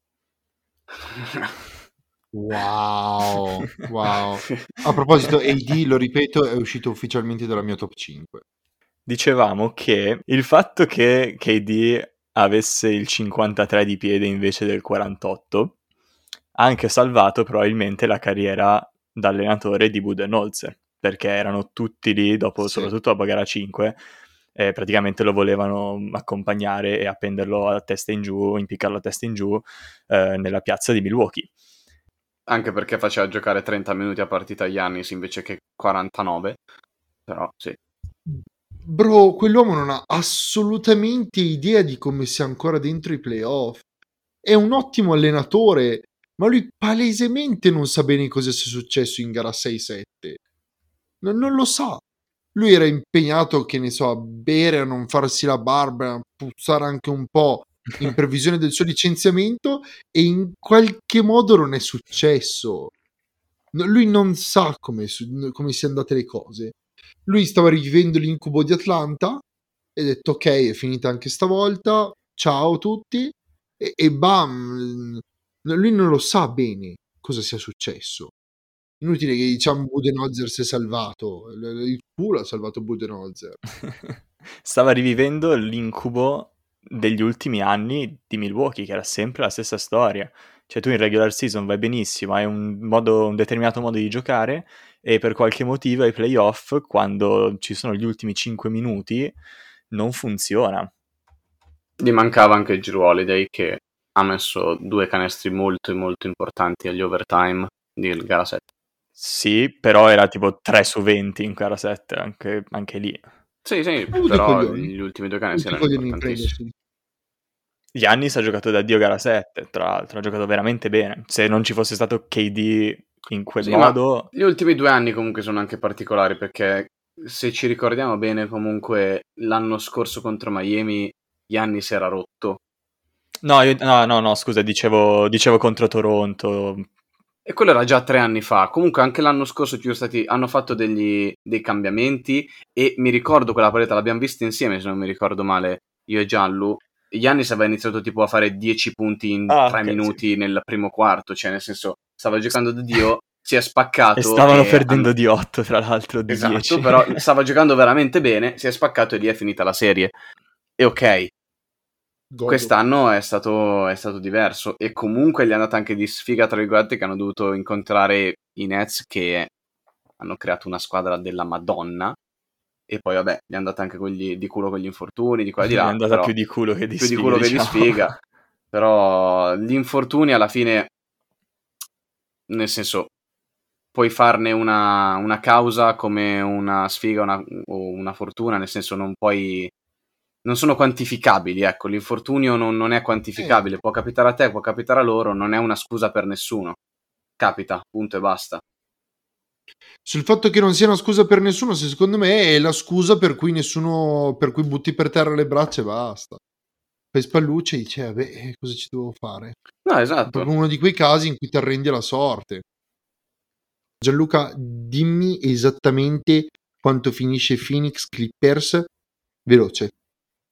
Wow, wow. A proposito, A D, lo ripeto, è uscito ufficialmente dalla mia top cinque. Dicevamo che il fatto che K D avesse il cinquantatré di piede invece del quarantotto ha anche salvato probabilmente la carriera da allenatore di Budenholzer, perché erano tutti lì, dopo, Sì. soprattutto dopo gara cinque, e praticamente lo volevano accompagnare e appenderlo a testa in giù, impiccarlo a testa in giù eh, nella piazza di Milwaukee. Anche perché faceva giocare trenta minuti a partita Giannis invece che quarantanove, però sì. Bro, quell'uomo non ha assolutamente idea di come sia ancora dentro i playoff. È un ottimo allenatore, ma lui palesemente non sa bene cosa sia successo in gara sei sette. Non, non lo sa. Lui era impegnato, che ne so, a bere, a non farsi la barba, a puzzare anche un po' in previsione del suo licenziamento, e in qualche modo non è successo. No, lui non sa come, su- come siano andate le cose. Lui stava rivivendo l'incubo di Atlanta e ha detto ok, è finita anche stavolta, ciao tutti, e, e bam, lui non lo sa bene cosa sia successo. Inutile che diciamo Budenholzer si è salvato, il il culo ha salvato Budenholzer. Stava rivivendo l'incubo degli ultimi anni di Milwaukee, che era sempre la stessa storia. Cioè tu in regular season vai benissimo, hai un, modo, un determinato modo di giocare e per qualche motivo ai playoff, quando ci sono gli ultimi cinque minuti, non funziona. Gli mancava anche Jrue Holiday che ha messo due canestri molto molto importanti agli overtime di gara sette. Sì, però era tipo tre su venti in gara sette, anche, anche lì. Sì, sì, Avuto i però coglioni. gli ultimi due canestri Tutti i erano coglioni in importantissimi. Giannis ha giocato da Dio gara sette, tra l'altro, ha giocato veramente bene. Se non ci fosse stato K D in quel Sì, modo... ma gli ultimi due anni comunque sono anche particolari perché se ci ricordiamo bene comunque l'anno scorso contro Miami Giannis era rotto. No, io, no, no, no, scusa, dicevo, dicevo contro Toronto. E quello era già tre anni fa. Comunque anche l'anno scorso ci sono stati, hanno fatto degli, dei cambiamenti e mi ricordo quella partita, l'abbiamo vista insieme se non mi ricordo male, io e Gianlu. Giannis aveva iniziato tipo a fare dieci punti in Ah, tre ok, minuti sì. nel primo quarto, cioè nel senso stava giocando da Dio, si è spaccato E stavano e perdendo han- di otto, tra l'altro, di Esatto, dieci. però stava giocando veramente bene, si è spaccato e lì è finita la serie. E ok, Godo. quest'anno è stato, è stato diverso e comunque gli è andata anche di sfiga, tra virgolette, che hanno dovuto incontrare i Nets che hanno creato una squadra della Madonna e poi vabbè, gli è andata anche con gli- di culo con gli infortuni, di qua e di È là, andata però, più di culo che di più di sfiga, culo che di diciamo. sfiga, però gli infortuni alla fine, nel senso, puoi farne una, una causa come una sfiga una, o una fortuna, nel senso non puoi... non sono quantificabili, ecco, l'infortunio non, non è quantificabile, Eh. può capitare a te, può capitare a loro, non è una scusa per nessuno. Capita, punto e basta. Sul fatto che non sia una scusa per nessuno, se secondo me è la scusa per cui nessuno, per cui butti per terra le braccia e basta. Fai spallucce e dici, vabbè, eh, cosa ci devo fare? No, È esatto. proprio uno di quei casi in cui ti arrendi alla sorte. Gianluca, dimmi esattamente quanto finisce Phoenix Clippers, veloce.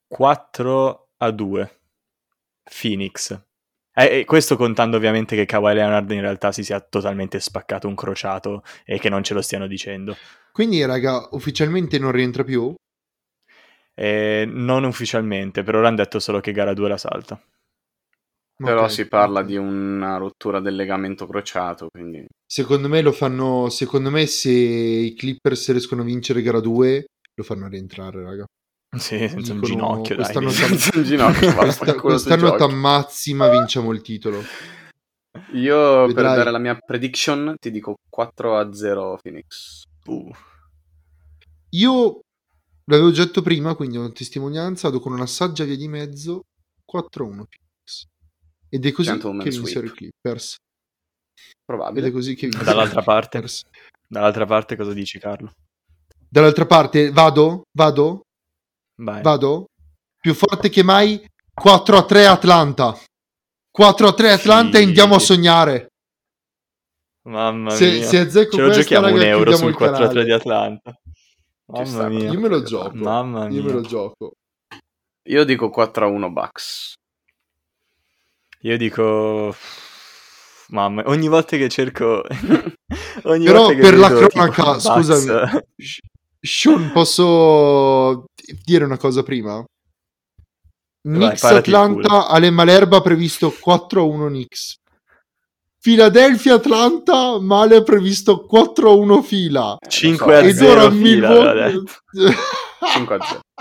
quattro a due Phoenix. E questo contando ovviamente che Kawhi Leonard in realtà si sia totalmente spaccato un crociato e che non ce lo stiano dicendo. Quindi, raga, ufficialmente non rientra più? Eh, non ufficialmente, per ora hanno detto solo che gara due la salta. Però Ok, si parla ok. di una rottura del legamento crociato, quindi... Secondo me lo fanno. Secondo me, se i Clippers riescono a vincere gara due, lo fanno rientrare, raga. Sì, senza un Dicono, ginocchio, dai. quest'anno, vedi. tam- Senza un ginocchio, questa- vaffanculo, se quest'anno giochi. t'ammazzi, ma vinciamo il titolo. Io per Vedrai. dare la mia prediction ti dico quattro a zero Phoenix. Uh, Io l'avevo già detto prima, quindi ho una testimonianza, vado con una saggia via di mezzo, quattro a uno Phoenix. Ed è così Gentleman che vincono i sweep. Clippers. Ed Probabile. è così che vincono i dall'altra parte, Clippers. dall'altra parte cosa dici, Carlo? Dall'altra parte, vado? Vado? Vai. Vado? Più forte che mai, quattro a tre Atlanta. quattro a tre Atlanta e andiamo a Fighi. sognare. Mamma Se, mia. se azzecco Ce lo questa, giochiamo raga, un euro chiudiamo sul il quattro a tre canale. di Atlanta. Ci sta, Mamma mia. Io me lo quattro a tre di gioco. Atlanta. Mamma Io me mia. lo gioco. Io dico quattro a uno Bucks. Io dico... Mamma, ogni volta che cerco... ogni Però volta che per la vedo, tipo, cronaca, Bucks- scusami, Sh- Sean, posso dire una cosa prima? Knicks parati il culo. Atlanta, Ale Malerba ha previsto quattro a uno Knicks. Philadelphia Atlanta, Male ha previsto quattro a uno fila. Eh, lo cinque so, a Ed zero ora fila, aveva Milwaukee. cinque a zero.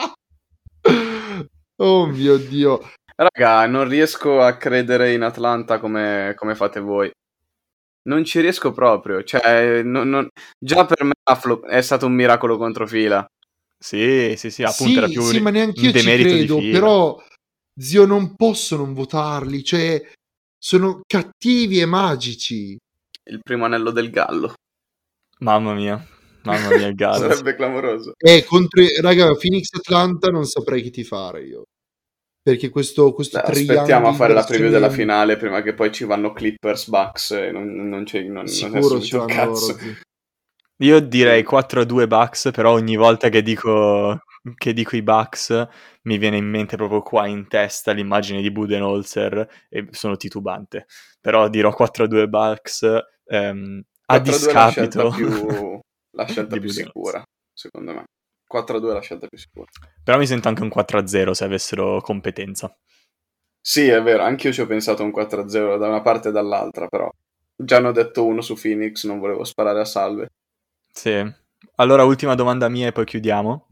Oh mio Dio. Raga, non riesco a credere in Atlanta come, come fate voi. Non ci riesco proprio. Cioè, non- non- già per me Aflo è stato un miracolo contro fila. Sì, sì, sì, appunto era Sì, più sì, un, ma neanche un io ci demerito di credo, fila. però zio non posso non votarli, cioè sono cattivi e magici. Il primo anello del Gallo. Mamma mia, mamma mia, il Gallo. Sarebbe clamoroso. Eh, contro, raga, Phoenix Atlanta non saprei che ti fare io. Perché questo, questo Dai, aspettiamo a triangolo fare la preview della versione- finale prima che poi ci vanno Clippers, Bucks e non, non, c'è, non, non è Sicuro ci subito un vanno cazzo. loro, zio. Io direi Sì. quattro a due Bucks, però ogni volta che dico, che dico i Bucks mi viene in mente proprio qua in testa l'immagine di Budenholzer e sono titubante. Però dirò quattro a due Bucks ehm, a quattro a due è la scelta discapito più, la scelta di più Budenholzer. sicura, secondo me. quattro a due è la scelta più sicura. Però mi sento anche un quattro a zero se avessero competenza. Sì, è vero, anch'io ci ho pensato a un quattro a zero da una parte e dall'altra, però già hanno detto uno su Phoenix, non volevo sparare a salve. Sì. Allora, ultima domanda mia e poi chiudiamo.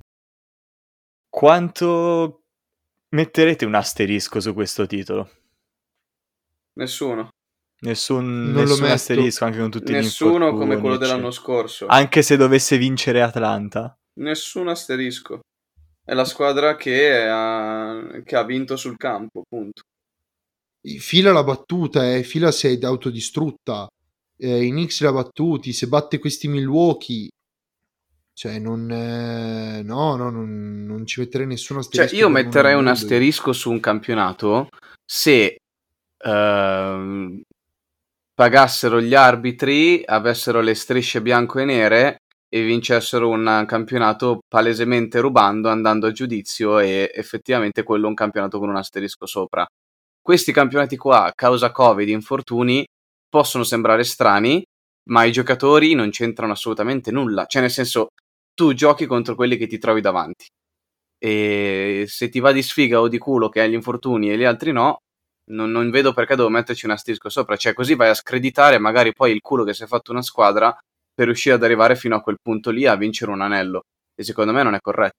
Quanto metterete un asterisco su questo titolo? Nessuno. Nessun, Non lo nessun metto. asterisco anche con tutti Nessuno gli infortuni, come quello eccetera. dell'anno scorso. Anche se dovesse vincere Atlanta? Nessun asterisco. È la squadra che ha, che ha vinto sul campo, punto. Fila l'ha battuta, eh. Fila si è autodistrutta. Eh, I Knicks l'ha battuti. Se batte questi Milwaukee, cioè non, eh, no, no, non, non ci metterei nessun Cioè, asterisco. io per metterei nulla un al mondo. asterisco su un campionato se ehm, pagassero gli arbitri, avessero le strisce bianco e nere e vincessero un campionato palesemente rubando, andando a giudizio, e effettivamente quello è un campionato con un asterisco sopra. Questi campionati qua, causa Covid, infortuni, possono sembrare strani, ma i giocatori non c'entrano assolutamente nulla. Cioè, nel senso, tu giochi contro quelli che ti trovi davanti. E se ti va di sfiga o di culo che hai gli infortuni e gli altri no, non, non vedo perché devo metterci un asterisco sopra. Cioè, così vai a screditare magari poi il culo che si è fatto una squadra per riuscire ad arrivare fino a quel punto lì a vincere un anello. E secondo me non è corretto.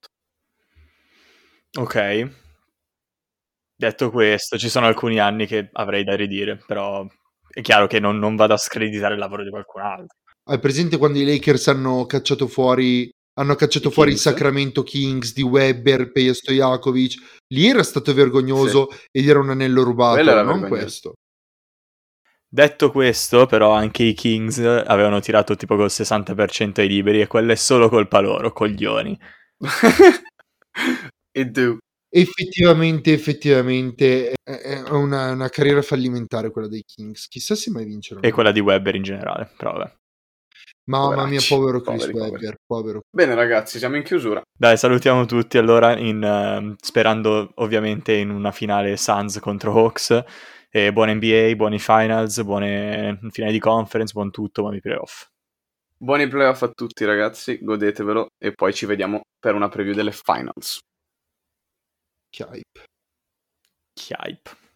Ok. Detto questo, ci sono alcuni anni che avrei da ridire, però è chiaro che non, non vado a screditare il lavoro di qualcun altro. Hai presente quando i Lakers hanno cacciato fuori hanno cacciato I fuori Kings? il Sacramento Kings di Webber, Peja Stojakovic? Lì era stato vergognoso ed era un anello rubato, Quello era non vergognoso. questo. Detto questo, però, anche i Kings avevano tirato tipo col sessanta per cento ai liberi e quello è solo colpa loro, coglioni. E do. Effettivamente, effettivamente è è una, una carriera fallimentare quella dei Kings. Chissà se mai vinceranno. E quella di Webber in generale, però vabbè. Mamma mia, Poveracci, povero Chris poveri, poveri. Webber, povero. Bene ragazzi, siamo in chiusura. Dai, salutiamo tutti allora, in, eh, sperando ovviamente in una finale Suns contro Hawks. E buone N B A, buoni finals, buone finali di conference, buon tutto, buoni playoff. Buoni playoff a tutti ragazzi, godetevelo e poi ci vediamo per una preview delle finals. Chiaip. Chiaip.